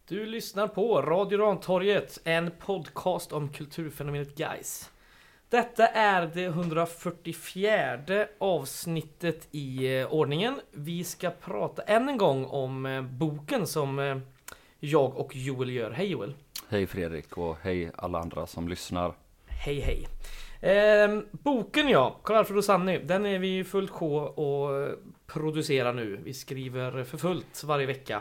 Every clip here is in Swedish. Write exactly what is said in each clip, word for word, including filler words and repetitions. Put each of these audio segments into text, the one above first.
Du lyssnar på Radio Rantorget, en podcast om kulturfenomenet Gais. Detta är det hundrafyrtiofjärde avsnittet i ordningen. Vi ska prata än en gång om boken som jag och Joel gör. Hej Joel. Hej Fredrik och hej alla andra som lyssnar. Hej hej. Eh, boken ja, Karl Alfred och Sanny, den är vi fullt sjå och producerar nu. Vi skriver för fullt varje vecka.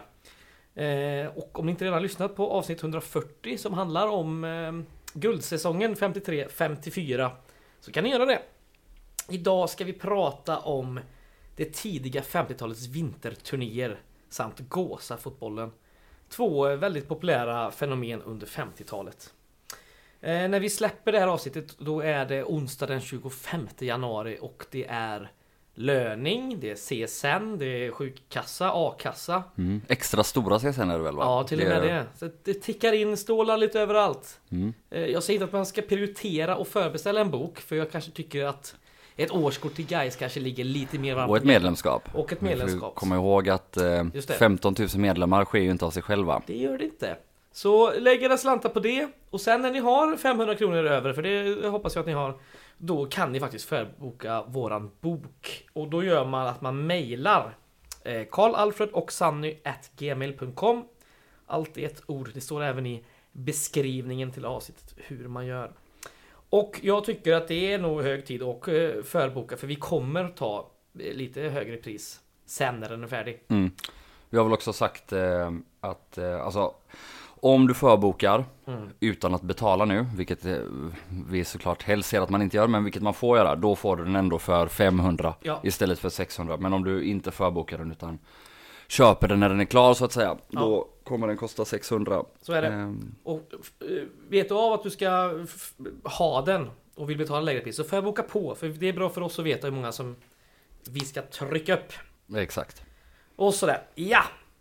Eh, och om ni inte redan lyssnat på avsnitt hundrafyrtio som handlar om eh, guldsäsongen femtiotre femtiofyra så kan ni göra det. Idag ska vi prata om det tidiga femtiotalets vinterturnéer samt gåsafotbollen. Två väldigt populära fenomen under femtiotalet. Eh, när vi släpper det här avsnittet då är det onsdag den tjugofemte januari och det är löning, det är C S N, det är sjukkassa, A-kassa. Mm. Extra stora C S N är det väl va? Ja, till och med det. det. Så det tickar in stålar lite överallt. Mm. Jag säger inte att man ska prioritera och förbeställa en bok, för jag kanske tycker att ett årskort till Gais kanske ligger lite mer varmt. Och ett medlemskap. Och ett medlemskap. Kom ihåg att eh, femton tusen medlemmar sker ju inte av sig själva. Det gör det inte. Så lägg era slantar på det. Och sen när ni har femhundra kronor över, för det hoppas jag att ni har, då kan ni faktiskt förboka våran bok. Och då gör man att man mejlar eh, Karl Alfred och Sanny at gmail punkt com. Allt är ett ord. Det står även i beskrivningen till avsnittet hur man gör. Och jag tycker att det är nog hög tid att eh, förboka, för vi kommer ta eh, lite högre pris sen när den är färdig. Mm. Vi har väl också sagt eh, att eh, alltså om du förbokar mm. utan att betala nu, vilket vi såklart helst ser att man inte gör, men vilket man får göra, då får du den ändå för femhundra ja. istället för sexhundra. Men om du inte förbokar den utan köper den när den är klar så att säga, ja. då kommer den kosta sexhundra. Så är det. Um. Och vet du av att du ska f- ha den och vill betala lägre pris, så förboka på, för det är bra för oss att veta hur många som vi ska trycka upp. Exakt. Och sådär, ja.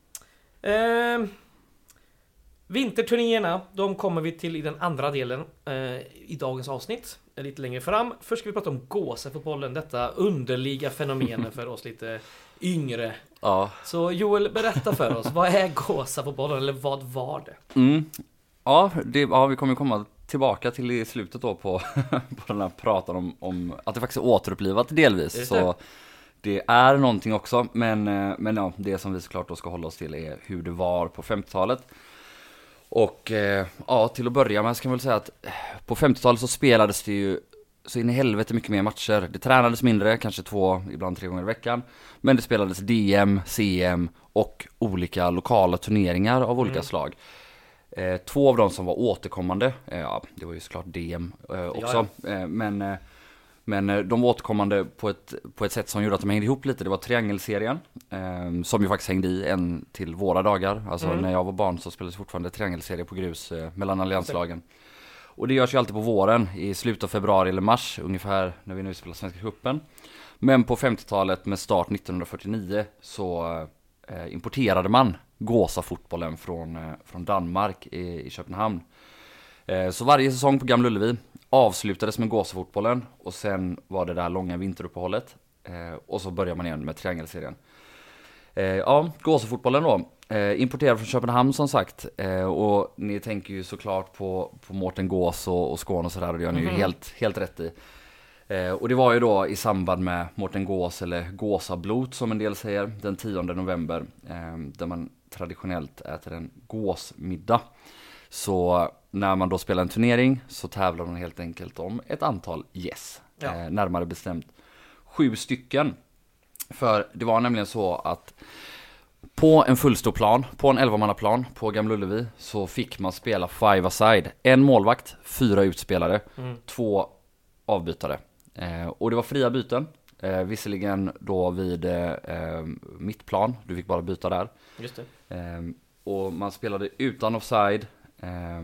Ehm Vinterturnéerna, de kommer vi till i den andra delen eh, i dagens avsnitt, lite längre fram. Först ska vi prata om gåsafotbollen, detta underliga fenomen för oss lite yngre. Ja. Så Joel, berätta för oss, vad är gåsafotbollen, eller vad var det? Mm. Ja, det, ja, vi kommer komma tillbaka till i slutet då på, på den här pratan om, om att det faktiskt är återupplivat delvis. Det så det är någonting också, men, men ja, det som vi såklart då ska hålla oss till är hur det var på femtiotalet. Och eh, ja, till att börja med ska man väl säga att på femtiotalet så spelades det ju så in i helvete mycket mer matcher. Det tränades mindre, kanske två, ibland tre gånger i veckan. Men det spelades D M, C M och olika lokala turneringar av olika mm. slag. Eh, två av dem som var återkommande, eh, ja, det var ju såklart D M eh, också. Ja. Eh, men, eh, men de var återkommande på ett, på ett sätt som gjorde att de hängde ihop lite. Det var triangelserien, eh, som ju faktiskt hängde i en till våra dagar. Alltså mm. när jag var barn så spelades fortfarande triangelserie på grus eh, mellan allianslagen. Och det görs ju alltid på våren, i slutet av februari eller mars, ungefär när vi nu spelar Svenska cupen. Men på femtiotalet med start nittonhundrafyrtionio så eh, importerade man gåsafotbollen från, eh, från Danmark i, i Köpenhamn. Eh, så varje säsong på Gamla Ullevi avslutades med gåsafotbollen och sen var det där långa vinteruppehållet eh, och så börjar man igen med triangelserien. Eh, ja, gåsafotbollen då. Eh, importerad från Köpenhamn som sagt. Eh, och ni tänker ju såklart på, på Mårten Gås och, och Skåne och sådär. Och det gör ni mm. ju helt, helt rätt i. Eh, och det var ju då i samband med Mårten Gås eller gåsablot som en del säger. Den tionde november. Eh, där man traditionellt äter en gåsmiddag. Så när man då spelar en turnering så tävlar man helt enkelt om ett antal gäss. Ja. Eh, närmare bestämt sju stycken. För det var nämligen så att på en fullstor plan, på en elvamannaplan på Gamla Ullevi så fick man spela five-a-side. En målvakt, fyra utspelare, mm. två avbytare. Eh, och det var fria byten. Eh, visserligen då vid eh, mittplan, du fick bara byta där. Just det. Eh, och man spelade utan offside. Eh,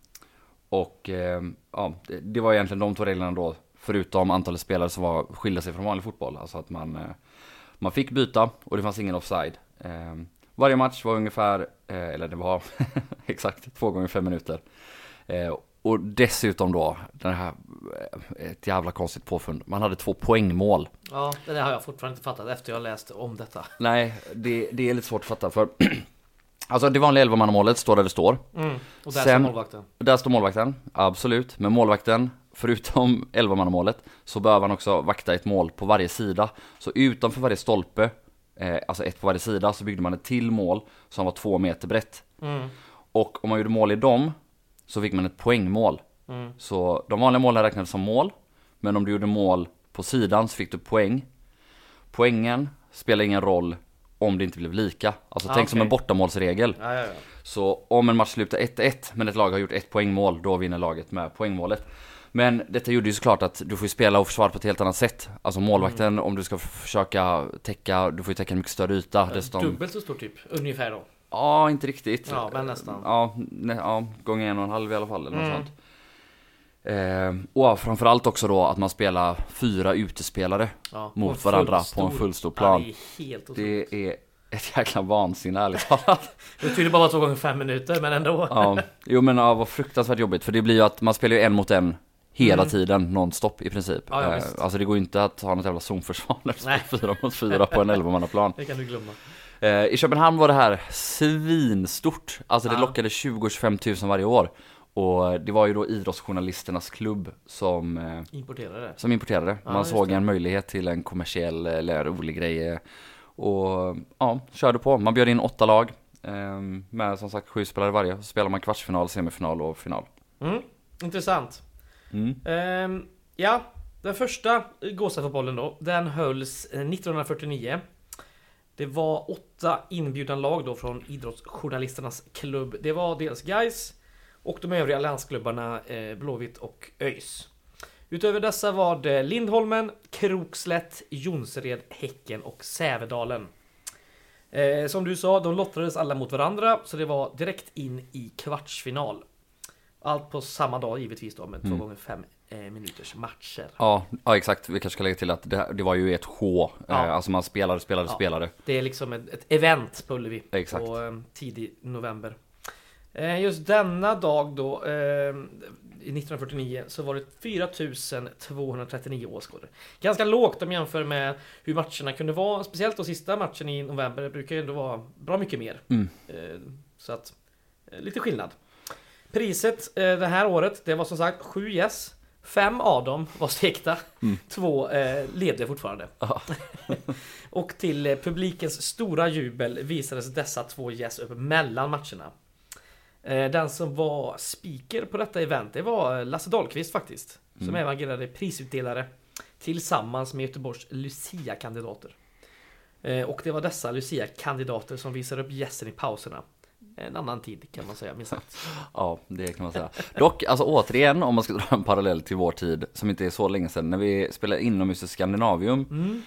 och eh, ja, det, det var egentligen de två reglerna då, förutom antalet spelare som var, skilde sig från vanlig fotboll. Alltså att man, eh, man fick byta och det fanns ingen offside. Eh, varje match var ungefär, eh, eller det var exakt två gånger fem minuter. Eh, och dessutom då, den här, ett jävla konstigt påfund. Man hade två poängmål. Ja, det har jag fortfarande inte fattat efter jag läst om detta. Nej, det, det är lite svårt att fatta för Alltså det vanliga elvamannamålet står där det står. Mm. Och där Sen, står målvakten. Där står målvakten, absolut. Men målvakten, förutom elvamannamålet, så behöver han också vakta ett mål på varje sida. Så utanför varje stolpe, eh, alltså ett på varje sida, så byggde man ett till mål som var två meter brett. Mm. Och om man gjorde mål i dem så fick man ett poängmål. Mm. Så de vanliga målen räknades som mål. Men om du gjorde mål på sidan så fick du poäng. Poängen spelar ingen roll om det inte blev lika. Alltså Ah, tänk okay. som en bortamålsregel. Ja, ja, ja. Så om en match slutar ett ett men ett lag har gjort ett poängmål, då vinner laget med poängmålet. Men detta gjorde ju såklart att du får spela och försvara på ett helt annat sätt. Alltså målvakten, mm. om du ska försöka täcka, du får ju täcka en mycket större yta. Dessutom... Dubbelt så stor typ, ungefär då. Ja, inte riktigt. Ja, men nästan. Ja, ne- ja gånger en och en halv i alla fall eller något Mm. sånt. Eh, och framförallt också då att man spelar fyra utespelare Ja, mot på varandra stor... på en fullstor plan. Ja, det är helt otroligt. Det är ett jäkla vansinne, ärligt talat. Det betyder bara två gånger fem minuter, men ändå. Ja, jo men ja, vad fruktansvärt jobbigt. För det blir ju att man spelar ju en mot en hela Mm. tiden, nonstop i princip. Ja, ja, eh, visst. alltså det går ju inte att ha något jävla zonförsvar när Nej. det fyra mot fyra på en elvamannaplan. Det kan du glömma. Eh, I Köpenhamn var det här svinstort. Alltså det Ja. lockade tjugo till tjugofem tusen varje år. Och det var ju då idrottsjournalisternas klubb som, eh, Importerade. som importerade. Ja, Man just såg det. en möjlighet till en kommersiell eller rolig grej. eh, Och ja, körde på. Man bjöd in åtta lag. eh, Med som sagt sju spelare varje. Så spelar man kvartsfinal, semifinal och final. Mm. Intressant. Mm. Ehm, ja, den första Gåstad-fotbollen då, den hölls eh, nittonhundrafyrtionio. Det var åtta inbjudna lag då från idrottsjournalisternas klubb. Det var dels Gais och de övriga landsklubbarna eh, Blåvitt och ÖIS. Utöver dessa var det Lindholmen, Krokslätt, Jonsered, Häcken och Sävedalen. Eh, som du sa, de lottades alla mot varandra, så det var direkt in i kvartsfinal. Allt på samma dag givetvis då, med två Mm. gånger fem eh, minuters matcher. Ja, ja, exakt. Vi kanske ska lägga till att det, det var ju ett H. Ja. Eh, alltså man spelade, spelade, Ja. spelade. Det är liksom ett, ett event på Ullevi. Exakt. På eh, tidig november. Eh, just denna dag då, eh, i nittonhundrafyrtionio, så var det fyra tusen tvåhundratrettionio åskådare. Ganska lågt om jämför med hur matcherna kunde vara. Speciellt då sista matchen i november. Det brukar ju ändå vara bra mycket mer. Mm. Eh, så att, eh, lite skillnad. Priset eh, det här året, det var som sagt sju gäss. Fem av dem var stekta. Mm. Två eh, levde fortfarande. Ja. Och till eh, publikens stora jubel visades dessa två gäss upp mellan matcherna. Eh, den som var speaker på detta event, det var eh, Lasse Dahlqvist faktiskt. Som Mm. även agerade prisutdelare tillsammans med Göteborgs Lucia-kandidater. Eh, och det var dessa Lucia-kandidater som visade upp gässen i pauserna. En annan tid kan man säga, minst sagt. Ja, det kan man säga. Dock, alltså återigen, om man ska dra en parallell till vår tid, som inte är så länge sedan, när vi spelade inomhus i Skandinavium, Mm.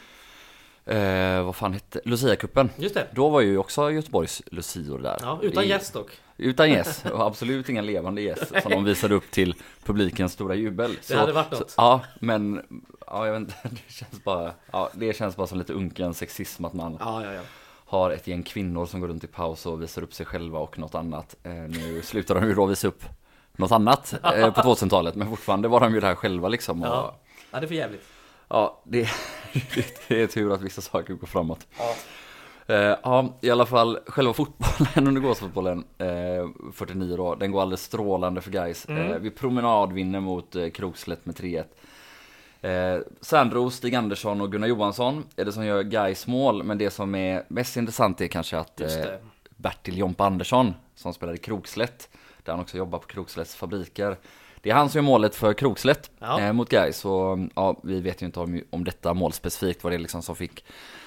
eh, vad fan hette, Lucia-cupen. Just det. Då var ju också Göteborgs Lucior där. Ja, utan Det- gäst dock. Utan gäss, och absolut inga levande gäss som de visade upp till publikens stora jubel. Det hade varit något. Så, ja, men ja, jag vet inte, det känns bara, ja, det känns bara som lite unken sexism att man Ja, ja, ja. har ett gäng kvinnor som går runt i paus och visar upp sig själva och något annat. Eh, nu slutar de ju då visa upp något annat eh, på tvåtusentalet, men fortfarande var de ju där själva liksom. Och, Ja. Ja, det är för jävligt. ja, det, det är tur att vissa saker går framåt. Ja. Eh, ja, i alla fall själva fotbollen under gåsfotbollen eh, fyrtionio då, den går alldeles strålande för guys. Mm. Eh, vi promenadvinner mot eh, Krokslätt med tre ett. Eh, Sandro, Stig Andersson och Gunnar Johansson är det som gör guys mål, men det som är mest intressant är kanske att Just eh, det. Bertil Jompa Andersson, som spelar i Krokslätt, där han också jobbar på Krokslätts fabriker. Det är han som gör målet för Krokslätt Ja. eh, mot guys. Så ja, vi vet ju inte om, om detta mål specifikt, vad det är liksom som fick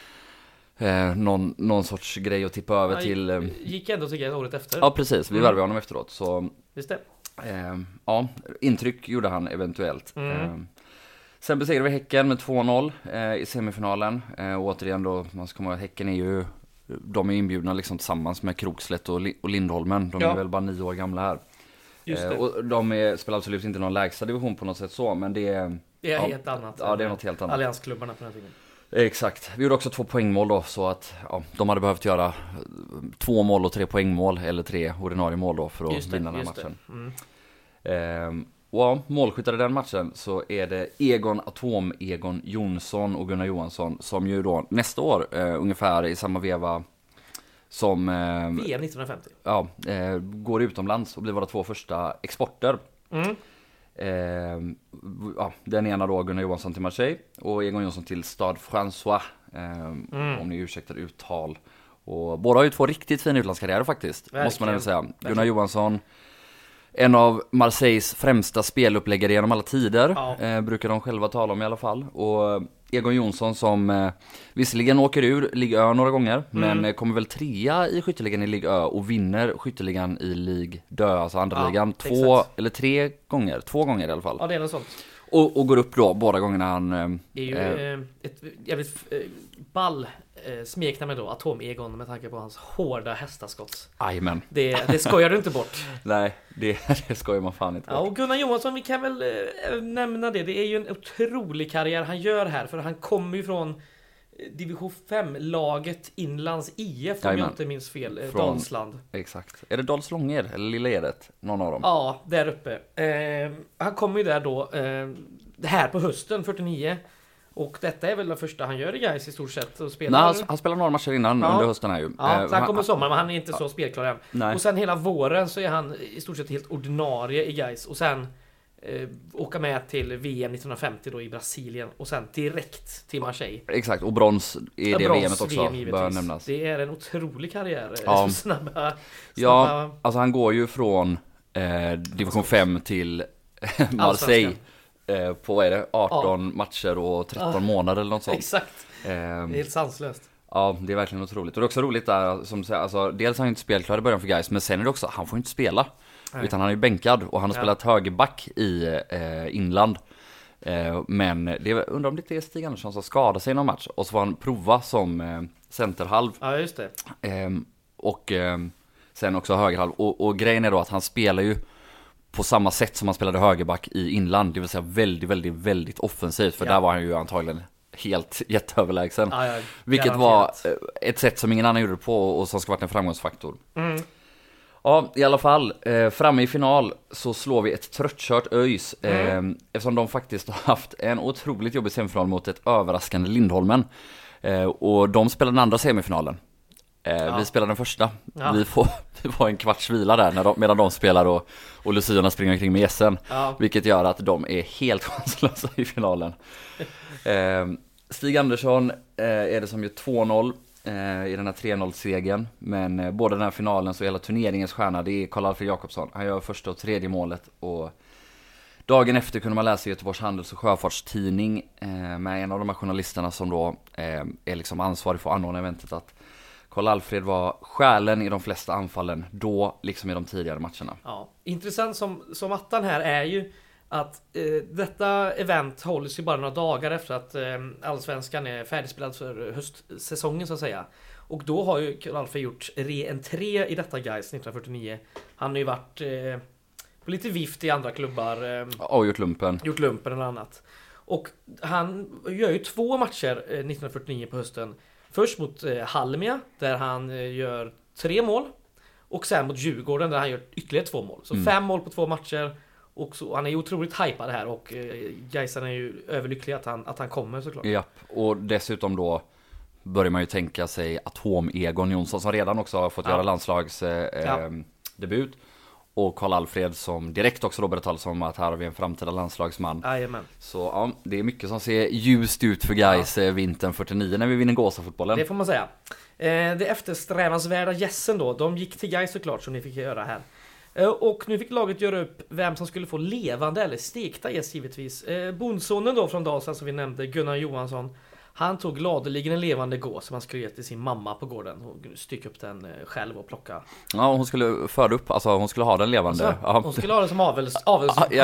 Eh, någon, någon sorts grej att tippa över Ja, till eh, Gick ändå tycker jag året efter. ja precis, vi Mm. värvade honom efteråt. Så Just det. eh, ja, intryck gjorde han eventuellt. Mm. eh, Sen besegrade vi Häcken med två noll eh, i semifinalen. eh, och återigen då, man ska komma ihåg att Häcken är ju, de är inbjudna liksom tillsammans med Krokslätt och, Li- och Lindholmen. De Ja. är väl bara nio år gamla här. Just Eh, det. och de är, spelar absolut inte någon lägsta division på något sätt så, men det är Det är ja, helt annat. ja, det är något helt annat. Alliansklubbarna på den här tiden. Exakt, vi gjorde också två poängmål då, så att ja, de hade behövt göra eh, två mål och tre poängmål eller tre ordinarie mål då för att Just det, vinna den här just det. matchen. Mm. Ehm, och ja, målskyttar i den matchen så är det Egon Atom, Egon Jonsson och Gunnar Johansson, som ju då nästa år, eh, ungefär i samma veva som eh, V M nittonhundrafemtio. Ja, eh, går utomlands och blir våra två första exporter. Mm. Eh, ja, den ena då Gunnar Johansson till Marseille och Egon Jonsson till Stade François, eh, mm. om ni ursäktar uttal. Och båda har ju två riktigt fina utlandskarriärer faktiskt, verkligen. Måste man även säga. Verkligen. Gunnar Johansson, en av Marseilles främsta speluppläggare genom alla tider, ja. eh, brukar de själva tala om i alla fall. Och Egon Jonsson som eh, visserligen åker ur Ligue Ö några gånger, mm. men eh, kommer väl trea i skytteligan i Ligue Ö och vinner skytteligan i Ligue Dö, alltså andra ja, ligan, två exakt. eller tre gånger, två gånger i alla fall. Ja, det är något sånt. Och, och går upp då båda gångerna han... Eh, det är ju eh, ett jävligt eh, ball eh, smeknamn då, Atom-Egon, med tanke på hans hårda hästaskott. Jajamän. Det, det skojar du inte bort. Nej, det, det skojar man fan inte bort. Ja, och Gunnar Johansson, vi kan väl eh, nämna det. Det är ju en otrolig karriär han gör här, för han kommer ju från division fem-laget Inlands I F, om jag inte minns fel, eh, från, Dalsland. Exakt. Är det Dalslånger eller Lilla Edet? Någon av dem? Ja, där uppe. Eh, han kommer ju där då eh, här på hösten fyrtionio. Och detta är väl det första han gör i Gais i stort sett. Och spelar... Nej, han, han spelar några matcher innan ja. under hösten här ju. Ja, så han kommer sommar, men han är inte så spelklar än. Nej. Och sen hela våren så är han i stort sett helt ordinarie i Gais. Och sen eh, åka med till V M nittonhundrafemtio då i Brasilien. Och sen direkt till Marseille. Exakt, och brons i det ja, V M:et också, V M bör nämnas. Det är en otrolig karriär. Ja, så snabba, snabba... ja alltså han går ju från eh, division fem till Marseille. På vad är det? arton ja. matcher och tretton ja. månader eller något sånt. Exakt. Det är helt sanslöst. Ja, det är verkligen otroligt. Och det är också roligt där, som alltså, dels har han inte spelklar i början för Gais, men sen är det också, han får inte spela. Nej. Utan han är ju bänkad och han har ja. spelat högerback i eh, Inland. Eh, men det är, undrar om det är Stig Andersson som skadade sig i någon match. Och så får han prova som eh, centerhalv. Ja, just det. Eh, och eh, sen också högerhalv. Och, och grejen är då att han spelar ju på samma sätt som han spelade högerback i Inland, det vill säga väldigt, väldigt, väldigt offensivt. För ja. där var han ju antagligen helt jätteöverlägsen. Ja, ja, vilket var ett sätt som ingen annan gjorde det på och som ska varit en framgångsfaktor. Mm. Ja, i alla fall, eh, framme i final så slår vi ett tröttkört ÖIS. Mm. Eh, eftersom de faktiskt har haft en otroligt jobbig semifinal mot ett överraskande Lindholmen. Eh, och de spelade den andra semifinalen. Eh, ja. Vi spelar den första. Ja. Vi, får, vi får en kvarts vila där när de, medan de spelar och, och Luciorna springer omkring med gässen. Ja. Vilket gör att de är helt chanslösa i finalen. eh, Stig Andersson eh, är det som gör två noll eh, i den här tre noll-segern. Men eh, både den här finalen så hela turneringens stjärna, det är Karl-Alfred Jakobsson. Han gör första och tredje målet. Och dagen efter kunde man läsa i Göteborgs Handels- och Sjöfartstidning eh, med en av de här journalisterna som då eh, är liksom ansvarig för att anordna eventet, att Karl-Alfred var själen i de flesta anfallen då, liksom i de tidigare matcherna. Ja, intressant som, som attan här är ju att eh, detta event hålls ju bara några dagar efter att eh, Allsvenskan är färdigspelad för höstsäsongen så att säga. Och då har ju Karl-Alfred gjort en tre i detta Gais nittonhundrafyrtionio. Han har ju varit eh, på lite vift i andra klubbar. Eh, och gjort lumpen. Gjort lumpen eller annat. Och han gör ju två matcher eh, nittonhundrafyrtionio på hösten. Först mot eh, Halmia där han eh, gör tre mål. Och sen mot Djurgården där han gör ytterligare två mål. Så mm. fem mål på två matcher. Och så, han är ju otroligt hypad här. Och eh, Gaisarna är ju överlyckliga att han, att han kommer såklart. Ja, och dessutom då börjar man ju tänka sig Atom-Egon Jonsson som redan också har fått ja. göra landslagsdebut. Eh, ja. Och Karl-Alfred som direkt också då började tala om att här har vi en framtida landslagsman. Jajamän. Så ja, det är mycket som ser ljust ut för Gais ja. vintern fyrtionio när vi vinner Gåsa-fotbollen. Det får man säga. Eh, det eftersträvansvärda gässen då, de gick till Gais såklart som ni fick göra här. Eh, och nu fick laget göra upp vem som skulle få levande eller stekta gäss givetvis. Eh, bondsonen då från Dalsland som vi nämnde, Gunnar Johansson. Han tog gladeligen en levande gås som han skulle ge till sin mamma på gården. Hon styck upp den själv och plocka. Ja, hon skulle föra upp, alltså hon skulle ha den levande. Alltså, ja. Hon skulle ha den som avels, avelsgås. Ja,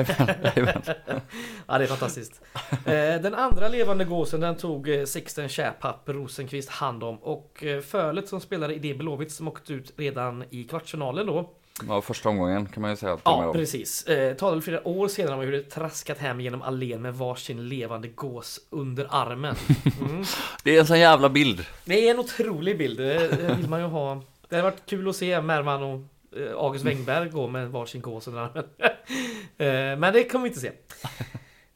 ja, det är fantastiskt. Den andra levande gåsen den tog Sixten Kärpapp Rosenqvist hand om. Och Fölet som spelade i det Blåvitt som åkte ut redan i kvartsfinalen då. Ja, första omgången kan man ju säga. Ja, precis. Eh, talade flera år senare om hur det traskat hem genom allén med varsin levande gås under armen. Mm. Det är en sån jävla bild. Det är en otrolig bild. Det vill man ju ha. Det har varit kul att se Merman och eh, August Wengberg gå med varsin gås under armen. eh, men det kommer vi inte se.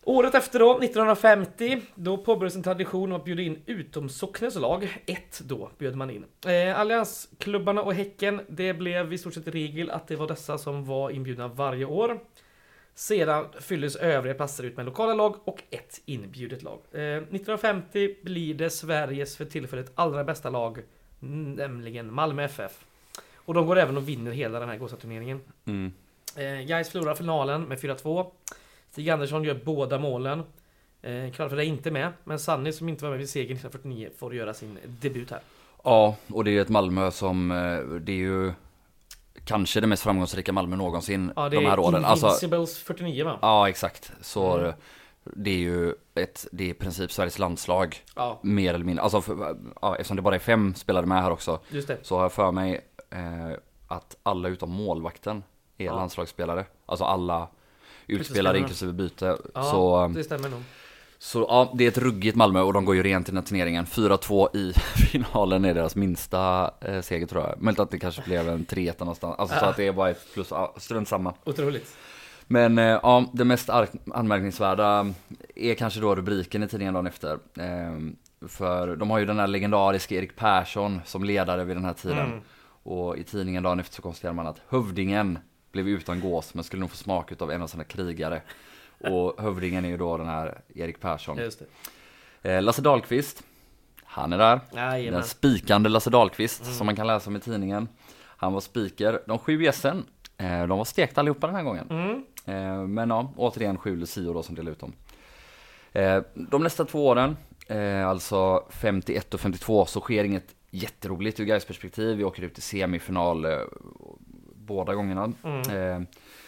Året efter då, nittonhundrafemtio, då påbörjades en tradition om att bjuda in utomsocknes lag. Ett då bjöd man in. Eh, Alliansklubbarna och Häcken, det blev i stort sett regel att det var dessa som var inbjudna varje år. Sedan fylldes övriga platser ut med lokala lag och ett inbjudet lag. Eh, nittonhundrafemtio blir det Sveriges för tillfället allra bästa lag, nämligen Malmö F F. Och de går även och vinner hela den här gåsaturneringen. Mm. Eh, Gais förlorar finalen med fyra två. Stig Andersson gör båda målen. Eh, Klarfred är inte med, men Sanny som inte var med vid segern nittonhundrafyrtionio får göra sin debut här. Ja, och det är ju ett Malmö som, det är ju kanske det mest framgångsrika Malmö någonsin ja, det de här åren. Alltså, Invincibles fyrtionio va? Ja, exakt. Så mm. det är ju ett, det är i princip Sveriges landslag. Ja. Mer eller mindre. Alltså, för, ja, eftersom det bara är fem spelare med här också. Just det. Så har jag för mig eh, att alla utom målvakten är ja. landslagsspelare. Alltså alla utspelare inklusive byte. Ja, så, det stämmer nog. Så ja, det är ett ruggigt Malmö och de går ju rent i den här turneringen. fyra två i finalen är deras minsta eh, seger tror jag. Möjligt att det kanske blev en tre ett någonstans. Alltså ja. så att det är bara ett plus, ja, strunt samma. Otroligt. Men eh, ja, det mest anmärkningsvärda är kanske då rubriken i tidningen dagen efter. Eh, för de har ju den här legendariska Erik Persson som ledare vid den här tiden. Mm. Och i tidningen dagen efter så konstaterar man att hövdingen blev utan gås men skulle nog få smak av en av sina krigare. Och hövdingen är ju då den här Erik Persson. Just det. Eh, Lasse Dahlqvist, han är där. Jajamän. Den spikande Lasse Dahlqvist mm. som man kan läsa om i tidningen. Han var spiker. De sju gässen, eh, de var stekt allihopa den här gången. Mm. Eh, men ja, återigen sju Lucio då som delar ut dem. Eh, de nästa två åren, eh, alltså femtioett och femtiotvå, så sker inget jätteroligt ur Gais perspektiv. Vi åker ut i semifinal eh, båda gångerna. Mm. Eh,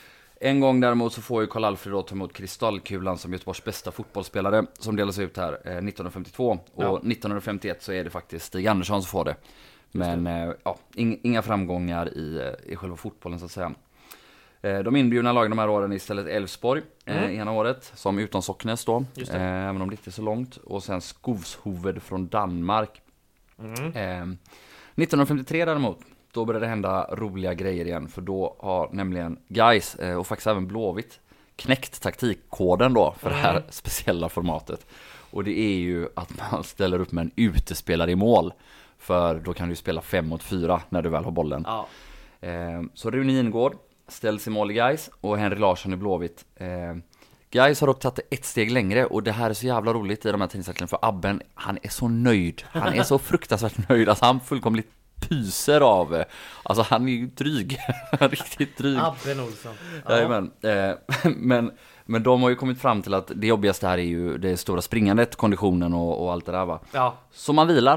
En gång däremot så får ju Karl-Alfred då ta emot kristallkulan som Göteborgs bästa fotbollsspelare som delas ut här eh, nittonhundrafemtiotvå. Ja. Och nittonhundrafemtioett så är det faktiskt Stig Andersson som får det. Men eh, ja, inga framgångar i, i själva fotbollen så att säga. Eh, de inbjudna lagen de här åren är istället Elfsborg eh, mm. ena året som utan Socknes då. Eh, även om det inte är så långt. Och sen Skovshoved från Danmark. Mm. Eh, nittonhundrafemtiotre däremot. Då började det hända roliga grejer igen. För då har nämligen Gais eh, och faktiskt även Blåvitt knäckt taktikkoden då för mm. det här speciella formatet. Och det är ju att man ställer upp med en utespelare i mål. För då kan du spela fem mot fyra när du väl har bollen. Ja. Eh, så Rune Ingård ställs i mål i Gais och Henry Larsson i Blåvitt. Eh, Gais har dock tagit det ett steg längre och det här är så jävla roligt i de här tidningsartiklarna. För Abben, han är så nöjd. Han är så fruktansvärt nöjd. Alltså han fullkomligt pyser av. Alltså han är ju dryg. Riktigt dryg. Abben Olsson. Ja. Jajamän. Eh, men, men de har ju kommit fram till att det jobbigaste här är ju det stora springandet, konditionen och, och allt det där va. Ja. Så man vilar.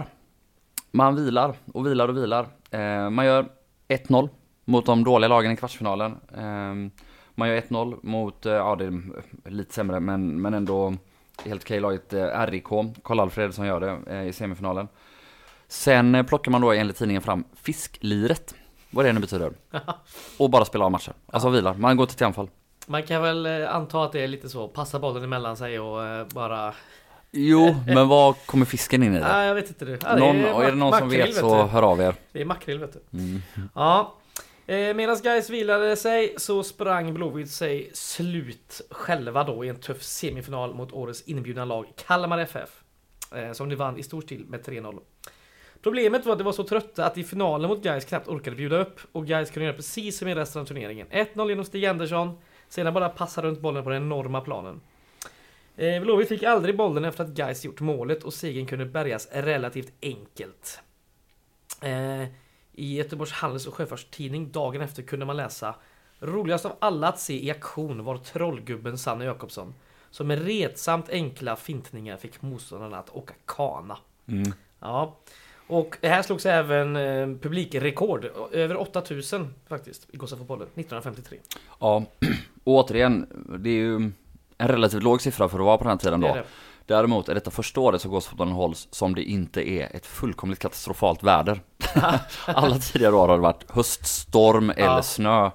Man vilar och vilar och vilar. Eh, man gör ett noll mot de dåliga lagen i kvartsfinalen. Eh, man gör ett noll mot, eh, ja det är lite sämre men, men ändå helt okej laget eh, R I K. Karl-Alfred som gör det eh, i semifinalen. Sen eh, plockar man då enligt tidningen fram fiskliret. Vad det nu betyder. Och bara spela av matcher. Alltså vilar. Man går till anfall. Man kan väl eh, anta att det är lite så. Passa bollen emellan sig och eh, bara... Jo, men vad kommer fisken in i det? Nej, jag vet inte det. Ja, någon, det är, är det någon som vet så hör av er. Det är makrill vet du. Mm. Ja. Eh, Medan Gais vilade sig så sprang Blåvitt sig slut själva då i en tuff semifinal mot årets inbjudna lag Kalmar F F. Eh, som de vann i stor stil med tre noll. Problemet var att det var så trötta att i finalen mot Gais knappt orkade bjuda upp och Gais kunde göra precis som i resten av turneringen. ett noll genom Stig Andersson, sedan bara passa runt bollen på den enorma planen. Eh, Blåvitt fick aldrig bollen efter att Gais gjort målet och segern kunde bärgas relativt enkelt. Eh, I Göteborgs Handels- och Sjöfartstidning dagen efter kunde man läsa: roligast av alla att se i aktion var trollgubben Sanne Jakobsson, som med retsamt enkla fintningar fick motståndarna att åka kana. Mm. Ja. Och här slogs även eh, publikrekord, över åtta tusen faktiskt, i Gossafotbollen nittonhundrafemtiotre. Ja, och återigen, det är ju en relativt låg siffra för att vara på den här tiden då. Det det. Däremot är detta första året som Gossafotbollen hålls som det inte är ett fullkomligt katastrofalt väder. Alla tidigare år har det varit höststorm eller ja. snö.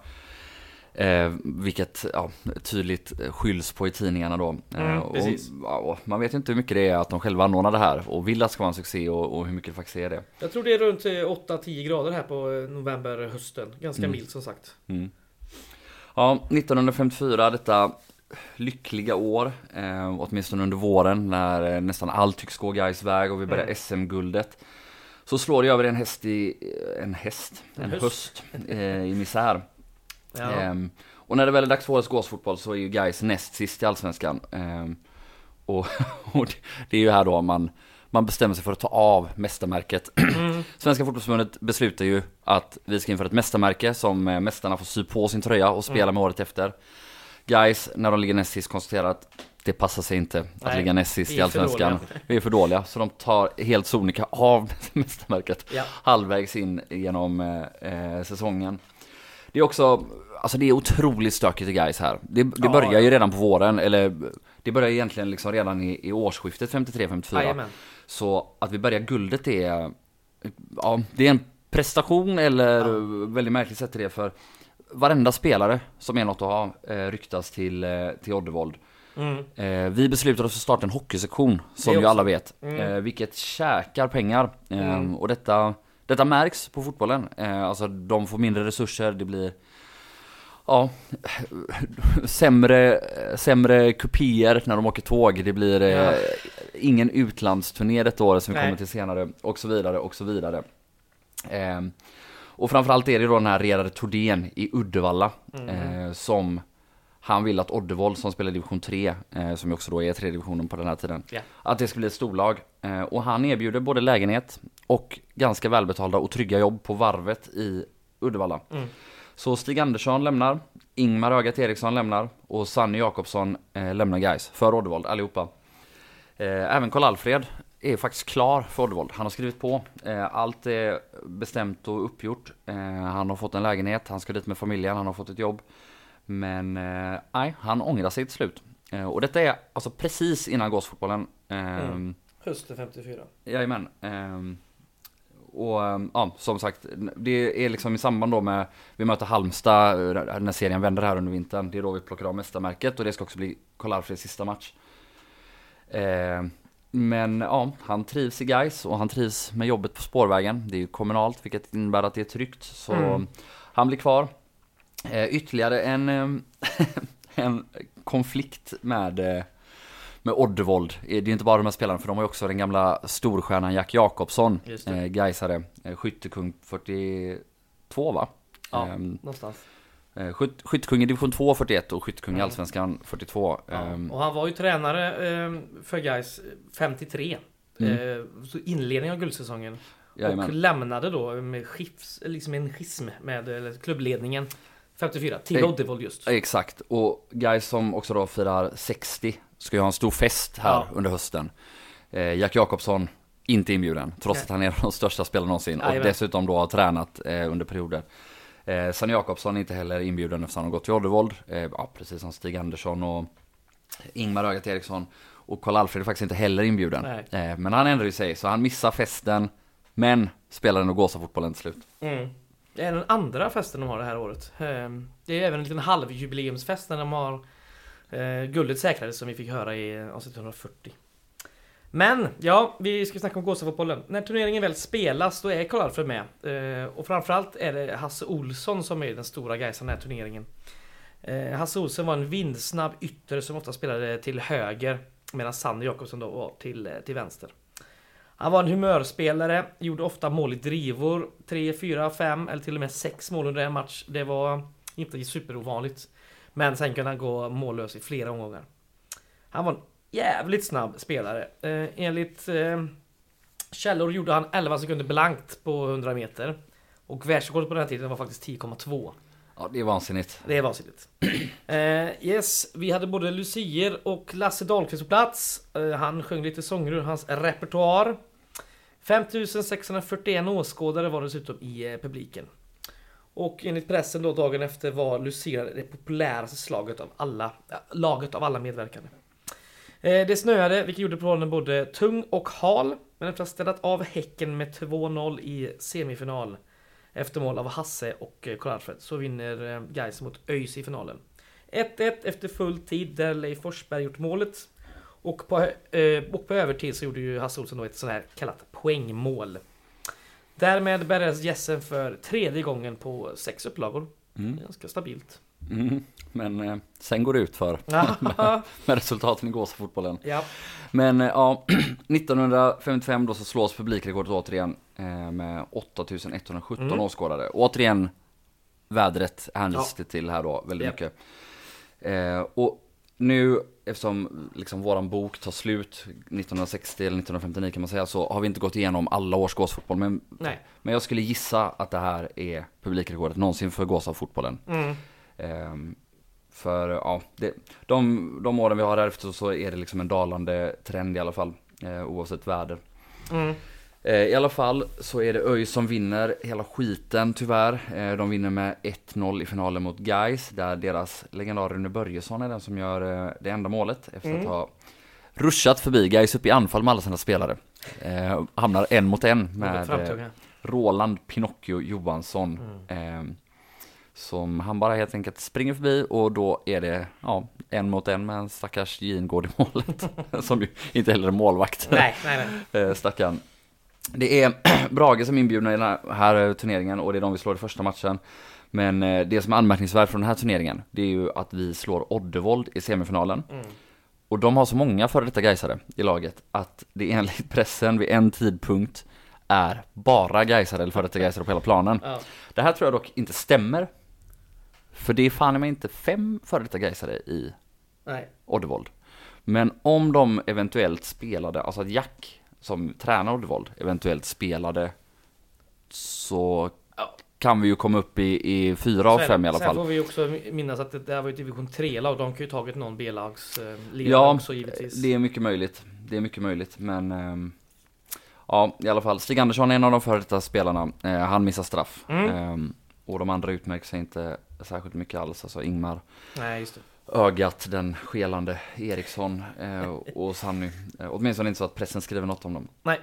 Eh, vilket ja, tydligt skylls på i tidningarna då. Mm, eh, och, ja, man vet ju inte hur mycket det är att de själva anordnar det här och vill att det ska vara en succé och, och hur mycket det faktiskt är det. Jag tror det är runt åtta till tio grader här på november hösten. Ganska mm. milt som sagt. Mm. Ja, nittonhundrafemtiofyra, detta lyckliga år, eh, åtminstone under våren när eh, nästan allt tycks gå Gais väg och vi börjar mm. S M-guldet. Så slår det över en häst i en häst, en, en höst, höst eh, i misär. Ja. Eh, och när det väl är dags för årets gåsfotboll så är ju Gais näst sist i Allsvenskan. Eh, och, och det är ju här då man Man bestämmer sig för att ta av mästarmärket. Mm. Svenska fotbollsförbundet beslutar ju att vi ska införa ett mästarmärke som mästarna får sy på sin tröja och spela mm. med året efter. Guys, när de ligger näst sist, konstaterar att det passar sig inte att Nej, ligga näst sist i Allsvenskan. Vi är för dåliga, så de tar helt sonika av mästarmärket ja. halvvägs in genom eh, säsongen. Det är också, alltså det är otroligt stökigt i Guys här. Det, det ja, börjar ju redan på våren, eller det börjar egentligen liksom redan i, i årsskiftet femtiotre femtiofyra. Jajamän. Så att vi börjar guldet är, ja, det är en prestation eller ja. väldigt märkligt sätt till det, för varenda spelare som är något att ha eh, ryktas till, eh, till Oddevold. Mm. Eh, vi beslutade oss att starta en hockeysektion, som ju alla vet, mm. eh, vilket käkar pengar. Eh, mm. Och detta, detta märks på fotbollen. Eh, alltså de får mindre resurser, det blir ja, sämre, sämre kupier när de åker tåg. Det blir ja. eh, ingen utlandsturné detta år som vi kommer till senare, och så vidare och så vidare. Eh, och framförallt är det då den här Redare Tordén i Uddevalla mm. eh, som han vill att Oddevold, som spelar division tre, eh, som också då är tredje divisionen på den här tiden, yeah. att det ska bli ett storlag. Eh, och han erbjuder både lägenhet och ganska välbetalda och trygga jobb på varvet i Uddevalla. Mm. Så Stig Andersson lämnar, Ingmar Ögat Eriksson lämnar och Sanny Jakobsson eh, lämnar Gais för Oddevold allihopa. Eh, även Karl Alfred är faktiskt klar för Oddevold. Han har skrivit på. Eh, allt är bestämt och uppgjort. Eh, han har fått en lägenhet, han ska dit med familjen, han har fått ett jobb. Men eh, nej, han ångrar sig till slut. Eh, och detta är alltså precis innan gåsfotbollen. Eh, mm. Hösten femtiofyra. Jajamän. Eh, och ja, som sagt, det är liksom i samband då med vi möter Halmstad när serien vänder här under vintern. Det är då vi plockar av mästarmärket, och det ska också bli Karl Alfreds sista match. Eh, men ja, han trivs i Gais och han trivs med jobbet på spårvägen. Det är ju kommunalt, vilket innebär att det är tryggt. Så mm. han blir kvar. Eh, ytterligare en, en konflikt med, med Oddevold. Det är inte bara de här spelarna, för de har ju också den gamla storstjärnan Jack Jakobsson, eh, Gaisare, eh, skyttekung fyrtiotvå va? Ja, eh, någonstans. Eh, skyt, skyttekung i division två fyrtioett och skyttekung i mm. Allsvenskan fyrtiotvå. Ja. Eh, och han var ju tränare eh, för Gais femtiotre. Mm. Eh, så inledningen av guldsäsongen. Jajamän. Och lämnade då med skifs, liksom en schism med eller, klubbledningen femtiofyra till Oddevold just. Exakt. Och Gais som också då firar sextio ska ju ha en stor fest här ja. under hösten. Eh, Jack Jakobsson inte inbjuden, trots Nej. att han är de största spelarna någonsin. Aj, och dessutom då har tränat eh, under perioder. Eh, Sanny Jakobsson inte heller inbjuden eftersom han har gått till Oddevold. Eh, ja, precis som Stig Andersson och Ingmar Ögat Eriksson. Och Karl Alfred är faktiskt inte heller inbjuden. Eh, men han ändrar ju sig, så han missar festen. Men spelar den och gåsa fotbollen till slut. Mm. Det är den andra festen de har det här året. Det är även en liten halvjubileumsfest när de har eh, guldet säkrades, som vi fick höra i avsnitt hundrafyrtio. Men, ja, vi ska snacka om gåsafotbollen. När turneringen väl spelas, då är Karl Alfred med. Eh, och framförallt är det Hasse Olsson som är den stora Gaisan den här turneringen. Eh, Hasse Olsson var en vindsnabb ytter som ofta spelade till höger, medan Sanny Jakobsson då var till, till vänster. Han var en humörspelare, gjorde ofta mål i drivor, tre, fyra, fem eller till och med sex mål under en match. Det var inte superovanligt. Men sen kunde han gå mållös i flera omgångar. Han var en jävligt snabb spelare. Eh, enligt eh, källor gjorde han elva sekunder blankt på hundra meter. Och världsrekordet på den här tiden var faktiskt tio komma två. Ja, det är vansinnigt. Det är vansinnigt. eh, yes, vi hade både Lucier och Lasse Dahlqvist på plats. Eh, han sjöng lite sånger ur hans repertoar. fem tusen sexhundrafyrtioen åskådare var dessutom i eh, publiken. Och enligt pressen då dagen efter var Lucier det populäraste slaget av alla, äh, laget av alla medverkande. Eh, det snöade, vilket gjorde planen både tung och hal. Men efter att ha ställt av Häcken med två noll i semifinal efter mål av Hasse och Karl Alfred, så vinner Gais mot ÖIS i finalen. ett ett efter full tid där Leif Forsberg gjort målet. Och på, eh, och på övertid så gjorde ju Hasse Olsson då ett sånt här kallat poängmål. Därmed bärgades gässen för tredje gången på sex upplagor. Mm. Ganska stabilt. Mm. Men eh, sen går det ut för med, med resultaten i Gåsafotbollen. Ja. Men eh, ja, nittonhundrafemtiofem då så slås publikrekordet återigen eh, med åtta tusen etthundrasjutton mm. åskådare. Återigen vädret hänvisas ja. till här då väldigt yep. mycket. Eh, och nu, eftersom liksom våran bok tar slut nittonhundrasextio eller nittonhundrafemtionio kan man säga, så har vi inte gått igenom alla års Gåsafotboll. Men, Nej. men jag skulle gissa att det här är publikrekordet någonsin för Gåsafotbollen. Mm. Eh, för ja, det, de, de åren vi har därefter så är det liksom en dalande trend i alla fall, eh, oavsett väder. Mm. I alla fall så är det ÖIS som vinner hela skiten tyvärr. De vinner med ett noll i finalen mot Gais, där deras legendar Rune Börjesson är den som gör det enda målet efter mm. att ha ruschat förbi Gais upp i anfall med alla sina spelare. Eh, hamnar en mot en med eh, Roland Pinocchio Johansson. Mm. Eh, som han bara helt enkelt springer förbi, och då är det ja, en mot en med en stackars Gingård i målet. Som ju inte heller är målvakt. Nej, nej, nej. eh, stackarn. Det är Brage som inbjudna i den här turneringen, och det är de vi slår i första matchen. Men det som är anmärkningsvärt från den här turneringen, det är ju att vi slår Oddevold i semifinalen. Mm. Och de har så många före detta gaisare i laget att det enligt pressen vid en tidpunkt är bara gaisare eller före detta gaisare på hela planen. Ja. Det här tror jag dock inte stämmer. För det är fan med inte fem före detta gaisare i Nej. Oddevold. Men om de eventuellt spelade, alltså att Jack som tränar Oddevold eventuellt spelade, så ja. kan vi ju komma upp i, i fyra av fem i alla fall. Sen får vi också minnas att det där var ju division tre-lag, de kan ju tagit någon B-lags eh, ja, också givetvis. Det är mycket möjligt. Det är mycket möjligt, men eh, ja, i alla fall Stig Andersson är en av de före detta spelarna. Eh, han missar straff. Mm. Eh, och de andra utmärker sig inte särskilt mycket alls, alltså Ingmar. Nej, just det. Ögat, den skelande Eriksson eh, och Sanny. Eh, åtminstone inte så att pressen skriver något om dem. Nej.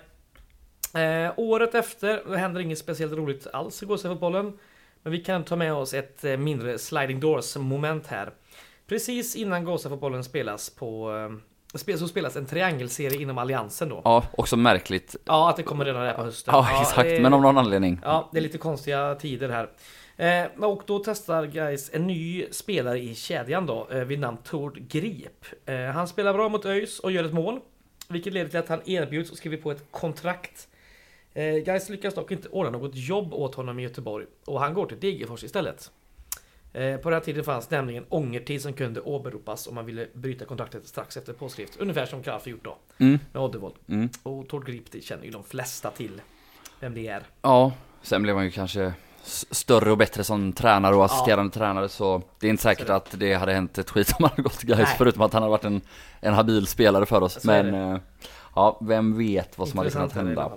Eh, året efter händer inget speciellt roligt alls i Gåsafotbollen. Men vi kan ta med oss ett eh, mindre sliding doors moment här. Precis innan Gåsafotbollen spelas på eh, så spelas en triangelserie inom Alliansen då. Ja, också märkligt. Ja, att det kommer redan där på hösten. Ja, ja exakt, det, men av någon anledning. Ja, det är lite konstiga tider här. Eh, och då testar Gais en ny spelare i kedjan då, eh, vid namn Tord Grip. Eh, han spelar bra mot ÖIS och gör ett mål, vilket leder till att han erbjuds och skriver på ett kontrakt. Eh, Gais lyckas dock inte ordna något jobb åt honom i Göteborg, och han går till Degerfors istället. Eh, på den här tiden fanns nämligen ångertid som kunde åberopas om man ville bryta kontraktet strax efter påskrift. Ungefär som Kraft gjort då, mm. med Oddevold. Mm. Och Tord Grip, det känner ju de flesta till vem det är. Ja, sen blev man ju kanske större och bättre som tränare och assisterande ja. tränare, så det är inte säkert så att det hade hänt ett skit om han hade gått till Gais, förutom att han har varit en, en habil spelare för oss. Så men eh, ja, vem vet vad som hade kunnat hända.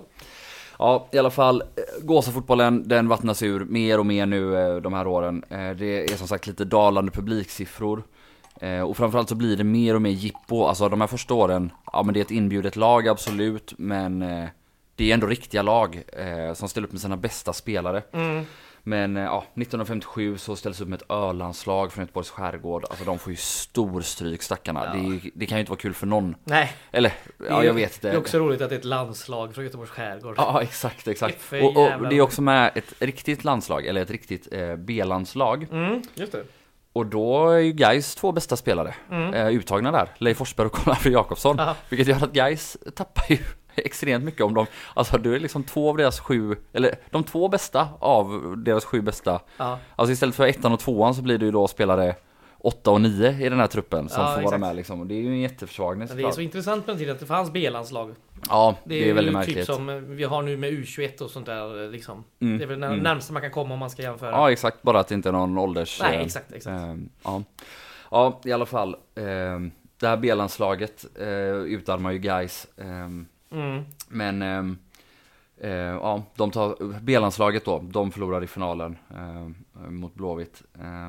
Ja, i alla fall, Gåsafotbollen, den vattnas ur mer och mer nu eh, de här åren. Eh, det är som sagt lite dalande publiksiffror. Eh, och framförallt så blir det mer och mer jippo. Alltså de här första åren, ja men det är ett inbjudet lag absolut, men eh, det är ändå riktiga lag eh, som ställer upp med sina bästa spelare. Mm. Men eh, ja, nittonhundrafemtiosju så ställs upp med ett Ölandslag från Göteborgs skärgård. Alltså de får ju stor stryk, stackarna. Ja. Det, det kan ju inte vara kul för någon. Nej. Eller, ja jag vet det. Det är också roligt att det är ett landslag från Göteborgs skärgård. Ja, exakt, exakt. Och, och det är också med ett riktigt landslag, eller ett riktigt eh, B-landslag. Mm, just det. Och då är ju Gais två bästa spelare mm. eh, uttagna där. Leif Forsberg och Conrad Jakobsson. Aha. Vilket gör att Gais tappar ju extremt mycket om dem. Alltså du är liksom två av deras sju, eller de två bästa av deras sju bästa. Ja. Alltså istället för ettan och tvåan så blir det ju då spelare åtta och nio i den här truppen som ja, får exakt. vara med liksom. Och det är ju en jätteförsvagning. Det är så intressant med den tiden att det fanns B-landslag. Ja, det är, det är väldigt typ märkligt. Typ som vi har nu med U tjugoett och sånt där liksom. Mm. Det är väl det närmaste mm. man kan komma om man ska jämföra. Ja, exakt. Bara att det inte är någon ålders... Nej, exakt, exakt. Äh, ja. ja, i alla fall. Äh, det här B-landslaget äh, utarmar ju Gais. Äh, mm. Men... Äh, äh, ja, de tar... B-landslaget då, de förlorar i finalen äh, mot Blåvitt. Äh,